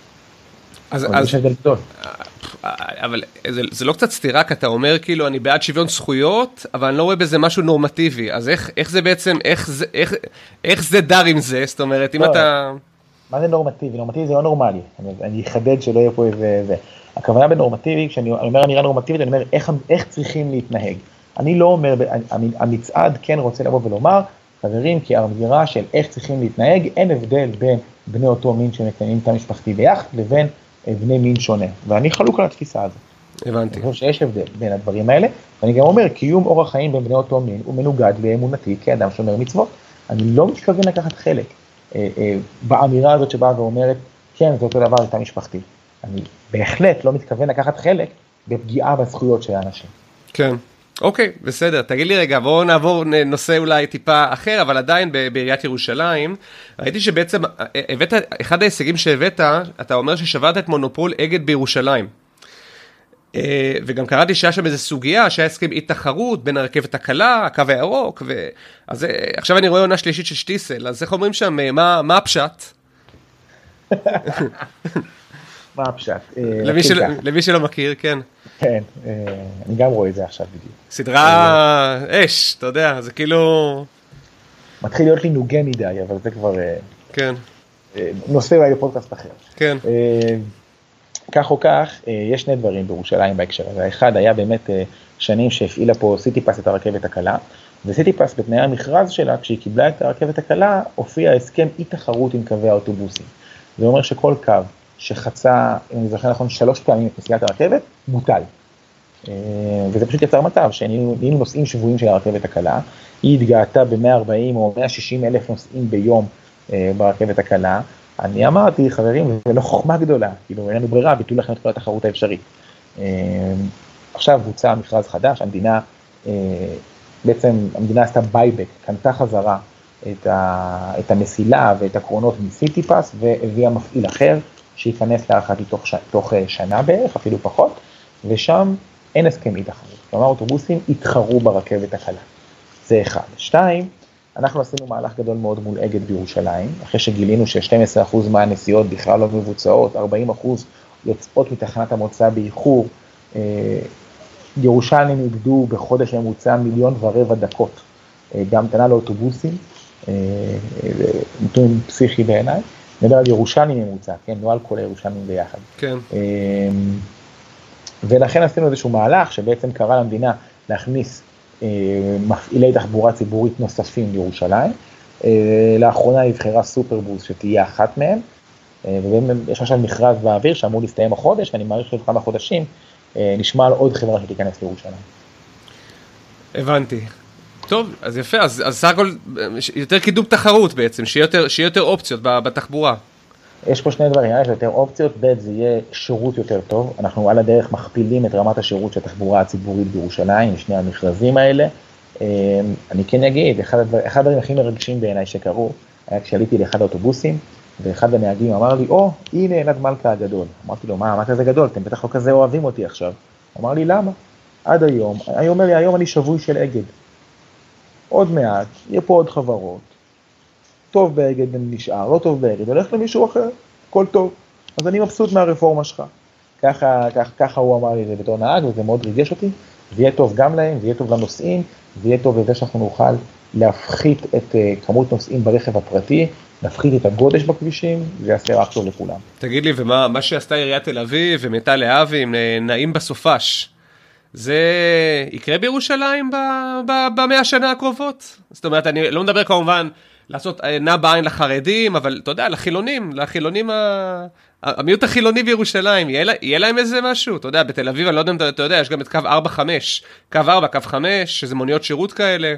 אבל זה לא קצת סתירה, כי אתה אומר כאילו אני בעד שוויון זכויות, אבל אני לא רואה בזה משהו נורמטיבי. אז איך זה בעצם, איך זה דר עם זה? זאת אומרת, אם אתה... מה זה נורמטיבי? נורמטיבי זה לא נורמלי. אני אחדד שלא יהיה פה איזה... הכוונה בנורמטיבי, כשאני אומר אמירה נורמטיבית, אני אומר איך צריכים להתנהג. אני לא אומר, המצעד כן רוצה לבוא ולומר, חברים, כי האמירה של איך צריכים להתנהג, אין הבדל בין בני אותו מין שמקיימים את המשפחתי ביחד, לבין בני מין שונה. ואני חלוק על התפיסה הזו. הבנתי. אני חושב שיש הבדל בין הדברים האלה, ואני גם אומר, קיום אורח חיים בין בני אותו מין, הוא מנוגד לאמונתי כאדם שומר מצוות. אני לא מתכוון לקחת חלק באמירה הזאת שבאה ואומרת, כן, זה אותו דבר, איתה משפחתי. אני בהחלט לא מתכוון לקחת חלק בפגיעה בזכויות של האנשים. כן. אוקיי, בסדר. תגיד לי רגע, בואו נעבור נושא אולי טיפה אחר, אבל עדיין בעיריית ירושלים. ראיתי שבעצם הבאת, אחד ההישגים שהבאת, אתה אומר ששברת את מונופול אגד בירושלים. וגם קראתי שהיה שם איזו סוגיה, שהיה הסכם אי תחרות בין הרכבת הקלה, הקו הירוק, אז עכשיו אני רואה עונה שלישית של שטיסל, אז איך אומרים שם, מה הפשט? מה הפשט? למי שלא מכיר, כן. כן, אני גם רואה את זה עכשיו בדיוק. סדרה אש, אתה יודע, זה כאילו... מתחיל להיות לי נוגה מדי, אבל זה כבר... כן. נושא אולי לפודקאסט אחר. כן. כך או כך, יש שני דברים בירושלים בהקשר הזה. האחד היה באמת שנים שהפעילה פה סיטיפס את הרכבת הקלה, וסיטיפס בתנאי המכרז שלה, כשהיא קיבלה את הרכבת הקלה, הופיע הסכם אי תחרות עם קווי האוטובוסים. זה אומר שכל קו שחצה, אם אני זוכר נכון, 3 פעמים את נסיעת הרכבת, בוטל. וזה פשוט יצר מצב, שהיינו נוסעים שבועים של הרכבת הקלה, היא התגעתה ב-140 או 160 אלף נוסעים ביום ברכבת הקלה. אני אמרתי, חברים, זה לא חוכמה גדולה, כאילו אין לנו ברירה, ביטלו לכם את כל התחרות האפשרית. עכשיו בוצע מכרז חדש, בעצם המדינה עשתה בייבק, קנתה חזרה את המסילה ואת הקרונות מסיטיפס, והביאה מפעיל אחר, שייכנס להערכתי תוך שנה בערך, אפילו פחות, ושם אין הסכם אי תחרות. כלומר, אוטובוסים יתחרו ברכבת הקלה. זה אחד. 2, אנחנו עשינו מהלך גדול מאוד מול אגד בירושלים, אחרי שגילינו ש12% מהנסיעות בכלל לא מבוצעות, 40% יוצאות מתחנת המוצא באיחור, ירושלים איבדו בחודש ממוצע 1.25 מיליון דקות, בהמתנה לאוטובוסים, נתון פסיכי בעיניי, נדבר על ירושלים ממוצע, כן, לא על כל הירושלים ביחד. כן. ולכן עשינו איזשהו מהלך שבעצם קרא למדינה להכניס מפעילי תחבורה ציבורית נוספים לירושלים. לאחרונה נבחרה סופרבוס שתהיה אחת מהם, ויש עכשיו מכרז באוויר שאמור להסתיים החודש, ואני מעריך שכמה חודשים נשמע על עוד חברה שתיכנס לירושלים. הבנתי. טוב, אז יפה, אז סך הכל יותר קידום תחרות בעצם, שיהיה יותר אופציות בתחבורה. יש פה שני דברים, יש יותר אופציות, ב' זה יהיה שירות יותר טוב, אנחנו על הדרך מכפילים את רמת השירות של התחבורה הציבורית בירושלים, עם שני המכרזים האלה. אני כן אגיד, אחד הדברים הכי מרגשים בעיניי שקרו, היה כשעליתי לאחד האוטובוסים, ואחד הנהגים אמר לי, הנה אלעד מלכה הגדול. אמרתי לו, מה כזה גדול? אתם בטח לא כזה אוהבים אותי עכשיו. אמר לי, למה? עד היום, אני אומר לי, היום אני שבוי של אגד. עוד מעט, יהיה פה עוד חברות. טוב באגד נשאר, לא טוב באגד, הולך למישהו אחר, הכל טוב. אז אני מבסוט מהרפורמה שלך. ככה הוא אמר לי זה בתור נהג, וזה מאוד ריגש אותי. זה יהיה טוב גם להם, זה יהיה טוב לנוסעים, זה יהיה טוב בזה שאנחנו נוכל להפחית את כמות נוסעים ברכב הפרטי, להפחית את הגודש בכבישים, זה יעשה רק טוב לכולם. תגיד לי, ומה שעשתה עיריית תל אביב ומיטל להבי עם נעים בסופש, זה יקרה בירושלים ב100 שנה הקרובות? זאת אומרת, אני לא מדבר כמובן לעשות נע בעין לחרדים, אבל אתה יודע, לחילונים, המיעוט החילוני בירושלים, יהיה להם איזה משהו? אתה יודע, בתל אביב, אני לא יודע אם אתה יודע, יש גם את קו 4-5, קו 4, קו 5, שזה מוניות שירות כאלה.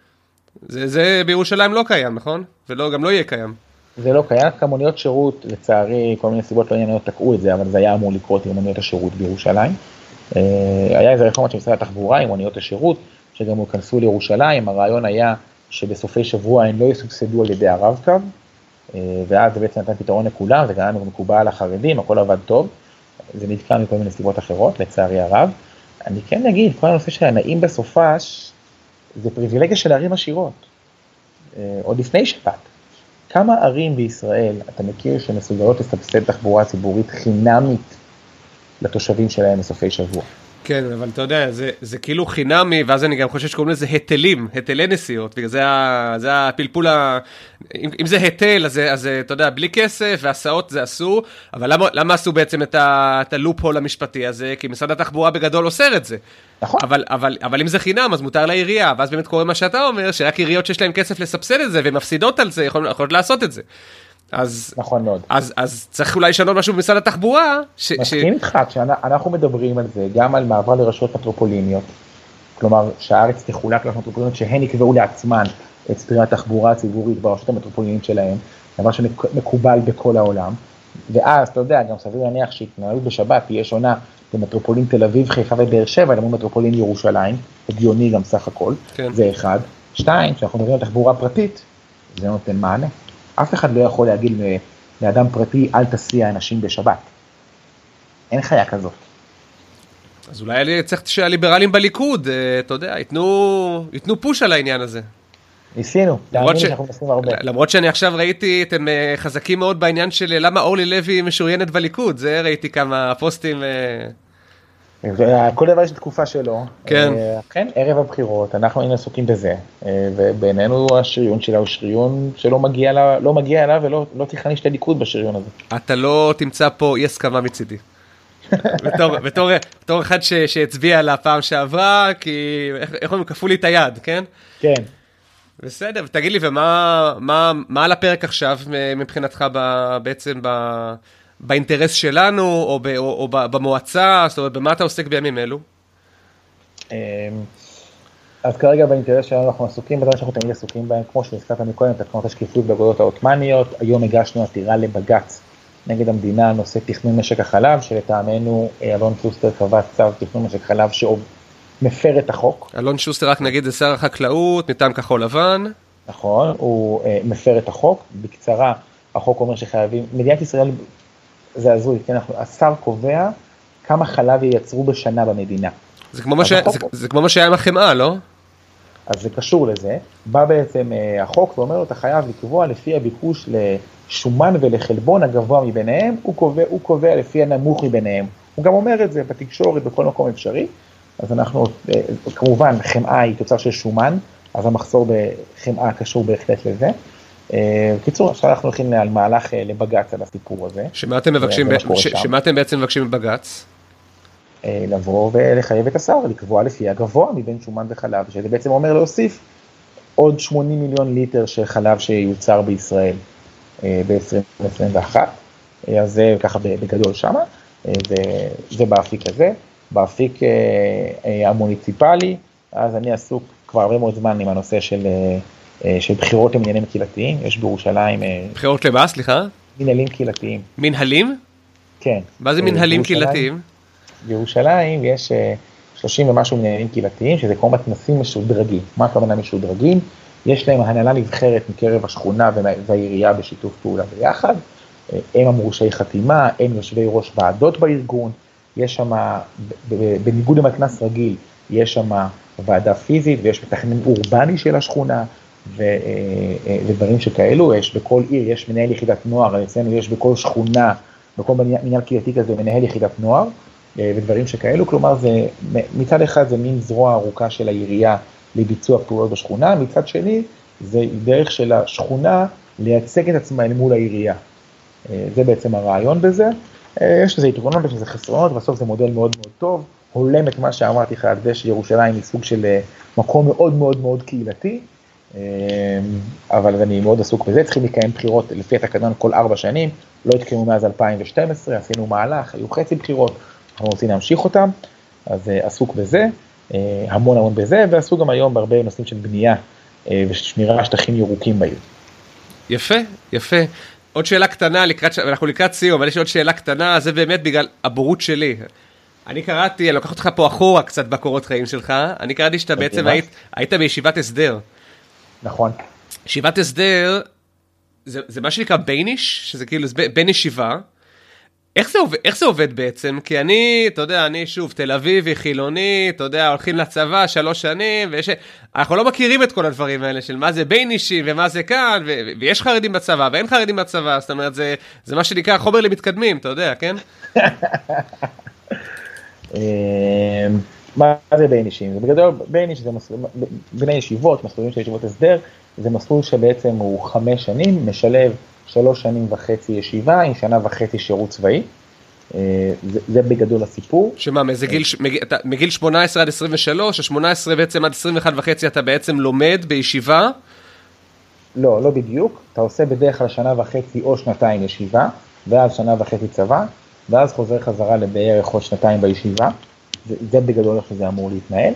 זה בירושלים לא קיים, נכון? וגם לא יהיה קיים. זה לא קיים, כמוניות שירות, לצערי, כל מיני סיבות לא ענייניות תקעו את זה, אבל זה היה אמור לקרות עם מוניות השירות בירושלים. היה איזה רפורמה של משרד התחבורה עם מוניות השירות, שגם הוכנסו לירושלים, הרעיון היה שבסופי שבוע הם לא יסובסדו על ידי הרב-קו, ואז זה בעצם נתן פתרון לכולם, זה גם מקובל על החרדים, הכל עבד טוב, זה נתקע מכל מיני סיבות אחרות, לצערי הרב. אני כן אגיד, כל הנושא של הנעים בסופש, זה פריבילגיה של ערים עשירות, עוד לפני שבת. כמה ערים בישראל אתה מכיר שמסוגלות לסבסד תחבורה ציבורית חינמית לתושבים שלהם בסופי שבוע? כן, אבל אתה יודע, זה כאילו חינמי, ואז אני גם חושב שקוראים לזה היטלים, היטלי נסיעות, בגלל זה הפלפול, אם זה היטל, אז אתה יודע, בלי כסף, והסעות זה אסור, אבל למה עשו בעצם את הלופ-הול המשפטי הזה? כי משרד התחבורה בגדול אוסר את זה. נכון. אבל אם זה חינם, אז מותר לעירייה, ואז באמת קורה מה שאתה אומר, שרק עיריות שיש להם כסף לסבסד את זה, ומפסידות על זה, יכולות לעשות את זה. נכון מאוד. אז צריך אולי לשנות משהו במשרד התחבורה. מסכים איתך, כשאנחנו מדברים על זה, גם על מעבר לרשויות מטרופוליניות, כלומר שהארץ תחולק לרשויות מטרופוליניות, שהן יקבעו לעצמן את סדרי התחבורה הציבורית ברשויות המטרופוליניות שלהם, דבר שמקובל בכל העולם, ואז אתה יודע, גם סביר להניח שהתנהלות בשבת תהיה שונה במטרופולין תל אביב, חיפה ובאר שבע, למול מטרופולין ירושלים, הגיוני גם סך הכל, זה אחד. שתיים, כשאנחנו מדברים על תחבורה פרטית, זה נותן מענה. אף אחד לא יכול להגיד לאדם פרטי, אל תסיע אנשים בשבת. אין חיה כזאת. אז אולי צריך שהליברלים בליכוד, אתה יודע, ייתנו פוש על העניין הזה. ניסינו, תאמין שאנחנו נסים הרבה. למרות שאני עכשיו ראיתי, אתם חזקים מאוד בעניין של למה אורלי לוי משוריינת בליכוד, זה ראיתי כמה פוסטים. כל דבר יש תקופה שלו. כן. כן, ערב הבחירות, אנחנו היינו עסוקים בזה, ובינינו השריון שלה הוא שריון שלא מגיע אליו, ולא תכניס את הליכוד בשריון הזה. אתה לא תמצא פה אי הסכמה מצידי. בתור אחד שהצביע לה פעם שעברה, כי איך הם כפו לי את היד, כן? כן. בסדר, תגיד לי, ומה על הפרק עכשיו מבחינתך בעצם באינטרס שלנו, או במועצה, זאת אומרת, במה אתה עוסק בימים אלו? אז כרגע באינטרס שלנו אנחנו עסוקים, בדברים שאנחנו תמיד עסוקים בהם, כמו שנזכרת מקודם, תקנות השקיפות באגודות העות'מאניות, היום הגשנו עתירה לבג"ץ נגד המדינה, נושא תכנון משק החלב, שלטעמנו אלון שוסטר קבע צו תכנון משק חלב שמפר את החוק. אלון שוסטר, רק נגיד, זה שר החקלאות, מטעם כחול לבן. נכון, הוא מפר את החוק. בקצרה, החוק אומר שחייבים, מדינת ישראל, זה הזוי, כן, השר קובע כמה חלב ייצרו בשנה במדינה. זה כמו מה שהיה עם החמאה, לא? אז זה קשור לזה. בא בעצם החוק ואומר לו, אתה חייב לקבוע לפי הביקוש לשומן ולחלבון הגבוה מביניהם, הוא קובע לפי הנמוך מביניהם. הוא גם אומר את זה בתקשורת, בכל מקום אפשרי. אז אנחנו, כמובן, חמאה היא תוצר של שומן, אז המחסור בחמאה קשור בהחלט לזה. בקיצור, עכשיו אנחנו הולכים על מהלך לבג"ץ על הסיפור הזה. שמה אתם בעצם מבקשים בבג"ץ? לבוא ולחייב את השר, לקבוע לפי הגבוה מבין שומן וחלב, שזה בעצם אומר להוסיף עוד 80 מיליון ליטר של חלב שיוצר בישראל ב-2021, אז זה ככה בגדול שמה, זה באפיק הזה. באפיק המוניציפלי, אז אני עסוק כבר הרבה מאוד זמן עם הנושא של בחירות למנהלים קהילתיים, יש בירושלים... בחירות למה, סליחה? מנהלים קהילתיים. מנהלים? כן. מה זה מנהלים קהילתיים? בירושלים יש 30 ומשהו מנהלים קהילתיים, שזה כמו מתנסים משודרגים. מה הכוונה משודרגים? יש להם הנהלה נבחרת מקרב השכונה והעירייה בשיתוף פעולה ביחד, הם המורשי חתימה, הם יושבי ראש ועדות בארגון, יש שם, בניגוד למתנ"ס רגיל, יש שם ועדה פיזית ויש מתכנן אורבני של השכונה ודברים שכאלו, יש בכל עיר, יש מנהל יחידת נוער, אצלנו יש בכל שכונה, בכל מנהל קהילתי כזה מנהל יחידת נוער ודברים שכאלו, כלומר זה, מצד אחד זה מין זרוע ארוכה של העירייה לביצוע פעולות בשכונה, מצד שני זה דרך של השכונה לייצג את עצמה אל מול העירייה, זה בעצם הרעיון בזה. יש לזה יתרונות, יש לזה חסרונות, בסוף זה מודל מאוד מאוד טוב, הולם את מה שאמרתי לך על זה שירושלים היא סוג של מקום מאוד מאוד מאוד קהילתי, אבל אני מאוד עסוק בזה, צריכים לקיים בחירות לפי התקנון כל 4 שנים, לא התקיימו מאז 2012, עשינו מהלך, היו חצי בחירות, אנחנו רוצים להמשיך אותם, אז עסוק בזה, המון בזה, ועסוק גם היום בהרבה נושאים של בנייה ושמירה שטחים ירוקים בעיר. יפה, יפה. עוד שאלה קטנה, אנחנו לקראת סיום, אבל יש עוד שאלה קטנה, זה באמת בגלל הבורות שלי. אני קראתי, אני לוקח אותך פה אחורה קצת בקורות חיים שלך, אני קראתי שאתה בעצם היית בישיבת הסדר. נכון. ישיבת הסדר, זה מה שנקרא בייניש, שזה כאילו בין ישיבה. איך זה עובד בעצם? כי אני, אתה יודע, אני שוב תל אביבי, חילוני, אתה יודע, הולכים לצבא 3 שנים, אנחנו לא מכירים את כל הדברים האלה של מה זה ביינישי ומה זה כאן, ויש חרדים בצבא ואין חרדים בצבא, זאת אומרת, זה מה שנקרא חומר למתקדמים, אתה יודע, כן? מה זה בין אישים? בגדול, בין איש זה בני ישיבות, מסלולים של ישיבות הסדר, זה מסלול שבעצם הוא 5 שנים, משלב 3.5 שנים ישיבה, עם 1.5 שנה שירות צבאי. זה בגדול הסיפור. שמה, מגיל 18 עד 23, ה-18 בעצם עד 21 וחצי אתה בעצם לומד בישיבה? לא בדיוק. אתה עושה בדרך כלל 1.5 או 2 ישיבה, ואז 1.5 צבא, ואז חוזר חזרה לבערך עוד 2 בישיבה. זה בגדול איך שזה אמור להתנהל.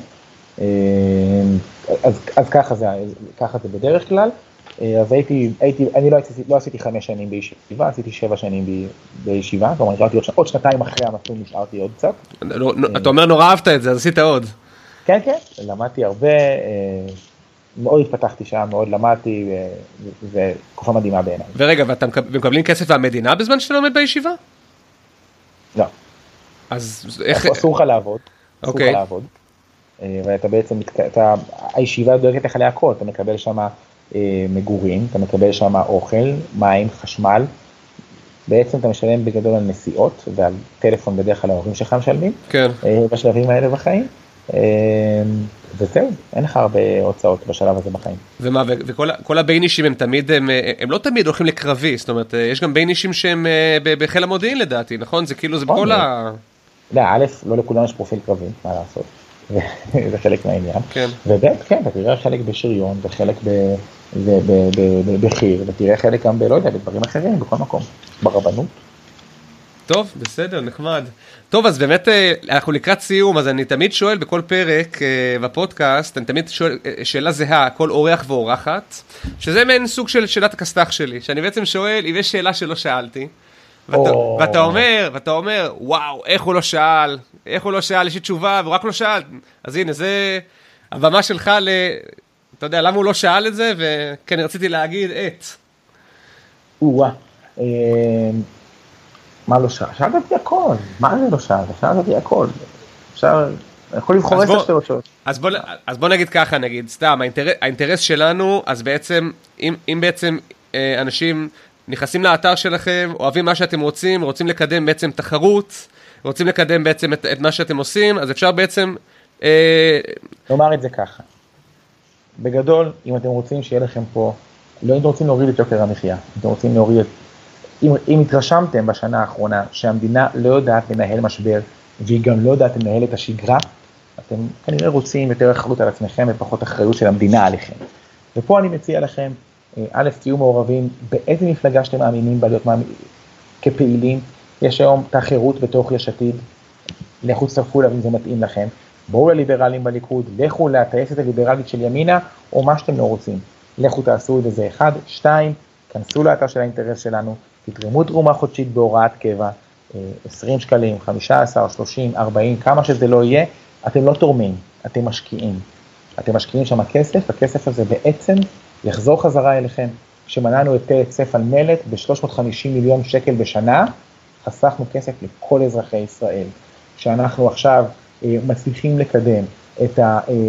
אז ככה זה בדרך כלל. אז אני לא עשיתי 5 שנים בישיבה, עשיתי 7 שנים בישיבה, כלומר נשארתי עוד 2 אחרי המסלול, נשארתי עוד קצת. אתה אומר נורא אהבת את זה, אז עשית עוד. כן, למדתי הרבה, מאוד התפתחתי שם, מאוד למדתי, זה תקופה מדהימה בעיניי. ורגע, ואתם מקבלים כסף מהמדינה בזמן שאתה לומד בישיבה? לא. אז איך... אסור לך לעבוד, ואתה בעצם, הישיבה דואגת לך להכל, אתה מקבל שם מגורים, אתה מקבל שם אוכל, מים, חשמל, בעצם אתה משלם בגדול על נסיעות ועל טלפון בדרך כלל ההורים שלך משלמים, כן. בשלבים האלה בחיים, וזהו, אין לך הרבה הוצאות בשלב הזה בחיים. ומה, וכל הבין אישים הם תמיד, הם לא תמיד הולכים לקרבי, זאת אומרת, יש גם בין אישים שהם בחיל המודיעין לדעתי, נכון? זה כאילו, זה בכל ה... לא, א', לא לכולם יש פרופיל קרבי, מה לעשות? זה חלק מהעניין. כן. וב' כן, אתה תראה חלק בשריון, וחלק בחיר, ותראה חלק גם לא יודע, בדברים אחרים, בכל מקום, ברבנות. טוב, בסדר, נחמד. טוב, אז באמת אנחנו לקראת סיום, אז אני תמיד שואל בכל פרק בפודקאסט, אני תמיד שואל שאלה זהה, כל אורח ואורחת, שזה מעין סוג של שאלת הכסת"ח שלי, שאני בעצם שואל אם יש שאלה שלא שאלתי, ואתה אומר, וואו, איך הוא לא שאל, יש לי תשובה, והוא רק לא שאל. אז הנה, זה הבמה שלך אתה יודע, למה הוא לא שאל את זה, וכן, רציתי להגיד מה לא שאל? שאלת אותי הכל. מה זה לא שאל? שאלת אותי הכל. אפשר, יכול לבחור 10 שאלות. אז בוא נגיד ככה, סתם, האינטרס שלנו, אז בעצם, אם בעצם אנשים נכנסים לאתר שלכם, אוהבים מה שאתם רוצים לקדם בעצם תחרות, רוצים לקדם בעצם את מה שאתם עושים, אז אפשר בעצם... נאמר את זה ככה. בגדול, אם אתם רוצים שיהיה לכם פה, לא אם אתם רוצים להוריד את יוקר המחיה, אתם רוצים להוריד אם התרשמתם בשנה האחרונה שהמדינה לא יודעת לנהל משבר, והיא גם לא יודעת לנהל את השגרה, אתם כנראה רוצים יותר אחריות על עצמכם ופחות אחריות של המדינה עליכם. ופה אני מציע לכם, א', תהיו מעורבים באיזה מפלגה שאתם מאמינים בה להיות כפעילים, יש היום תחרות בתוך יש עתיד, לכו תצטרפו לה אם זה מתאים לכם, בואו לליברלים בליכוד, לכו לטייסת הליברלית של ימינה, או מה שאתם לא רוצים, לכו תעשו את זה 1, 2, כנסו לאתר של האינטרס שלנו, תתרמו תרומה חודשית בהוראת קבע, 20 שקלים, 15, 30, 40, כמה שזה לא יהיה, אתם לא תורמים, אתם משקיעים. אתם משקיעים שם הכסף, הכסף הזה בעצם יחזור חזרה אליכם. כשמנענו את צף על מלט ב-350 מיליון שקל בשנה, חסכנו כסף לכל אזרחי ישראל. כשאנחנו עכשיו מצליחים לקדם את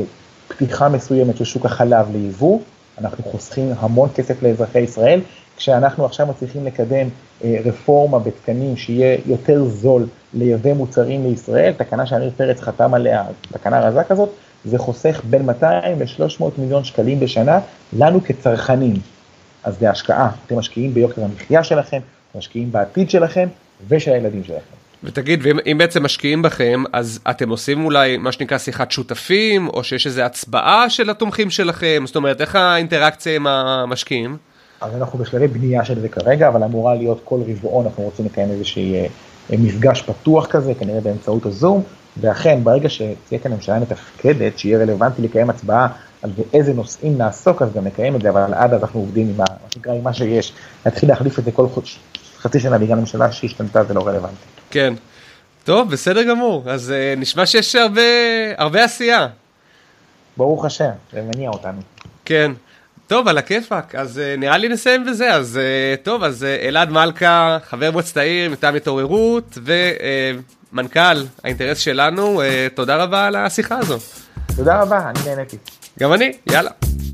הפתיחה מסוימת של שוק החלב ליבוא, אנחנו חוסכים המון כסף לאזרחי ישראל, כשאנחנו עכשיו מצליחים לקדם רפורמה בתקנים שיהיה יותר זול לייבא מוצרים לישראל, תקנה שאמיר פרץ חתם עליה, תקנה רזה כזאת, זה חוסך בין 200 ל-300 מיליון שקלים בשנה, לנו כצרכנים. אז זה השקעה, אתם משקיעים ביוקר המחיה שלכם, משקיעים בעתיד שלכם ושל הילדים שלכם. ותגיד, ואם בעצם משקיעים בכם, אז אתם עושים אולי מה שנקרא שיחת שותפים, או שיש איזו הצבעה של התומכים שלכם, זאת אומרת, איך האינטראקציה עם המשקיעים? אז אנחנו בשלבי בנייה של זה כרגע, אבל אמורה להיות כל רבעון, אנחנו רוצים לקיים איזושהי מפגש פתוח כזה, כנראה באמצעות הזום, ואכן, ברגע שתהיה כאן ממשלה מתפקדת, שיהיה רלוונטי לקיים הצבעה על איזה נושאים נעסוק, אז גם נקיים את זה, אבל עד אז אנחנו עובדים עם מה שיש. נתחיל להחליף את זה כל חצי שנה, בגלל הממשלה שהשתנתה, זה לא רלוונטי. כן. טוב, בסדר גמור. אז נשמע שיש הרבה עשייה. ברוך השם, זה מניע אותנו. כן. טוב, על הכיפק. אז נראה לי נסיים בזה. אז טוב, אז אלעד מלכה, חבר מועצת העיר, מטעם התעוררות, ומנכ"ל האינטרס שלנו, תודה רבה על השיחה הזו. תודה רבה, אני נהניתי. גם אני, יאללה.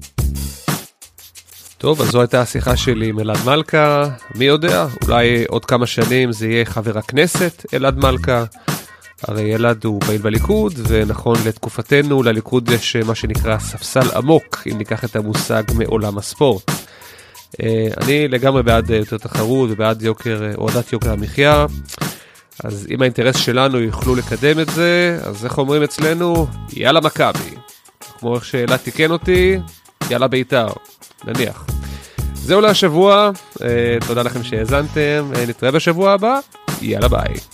טוב, אז זו הייתה השיחה שלי עם אלעד מלכה, מי יודע, אולי עוד כמה שנים זה יהיה חבר הכנסת אלעד מלכה, הרי ילד הוא פעיל בליכוד, ונכון לתקופתנו, לליכוד יש מה שנקרא ספסל עמוק, אם ניקח את המושג מעולם הספורט. אני לגמרי בעד יותר תחרות ובעד הורדת יוקר המחיה, אז אם האינטרס שלנו יוכלו לקדם את זה, אז איך אומרים אצלנו? יאללה מכבי. כמו איך שאלה תיקן אותי, יאללה בית"ר, נניח. זהו להשבוע, תודה לכם שהאזנתם, נתראה בשבוע הבא, יאללה ביי.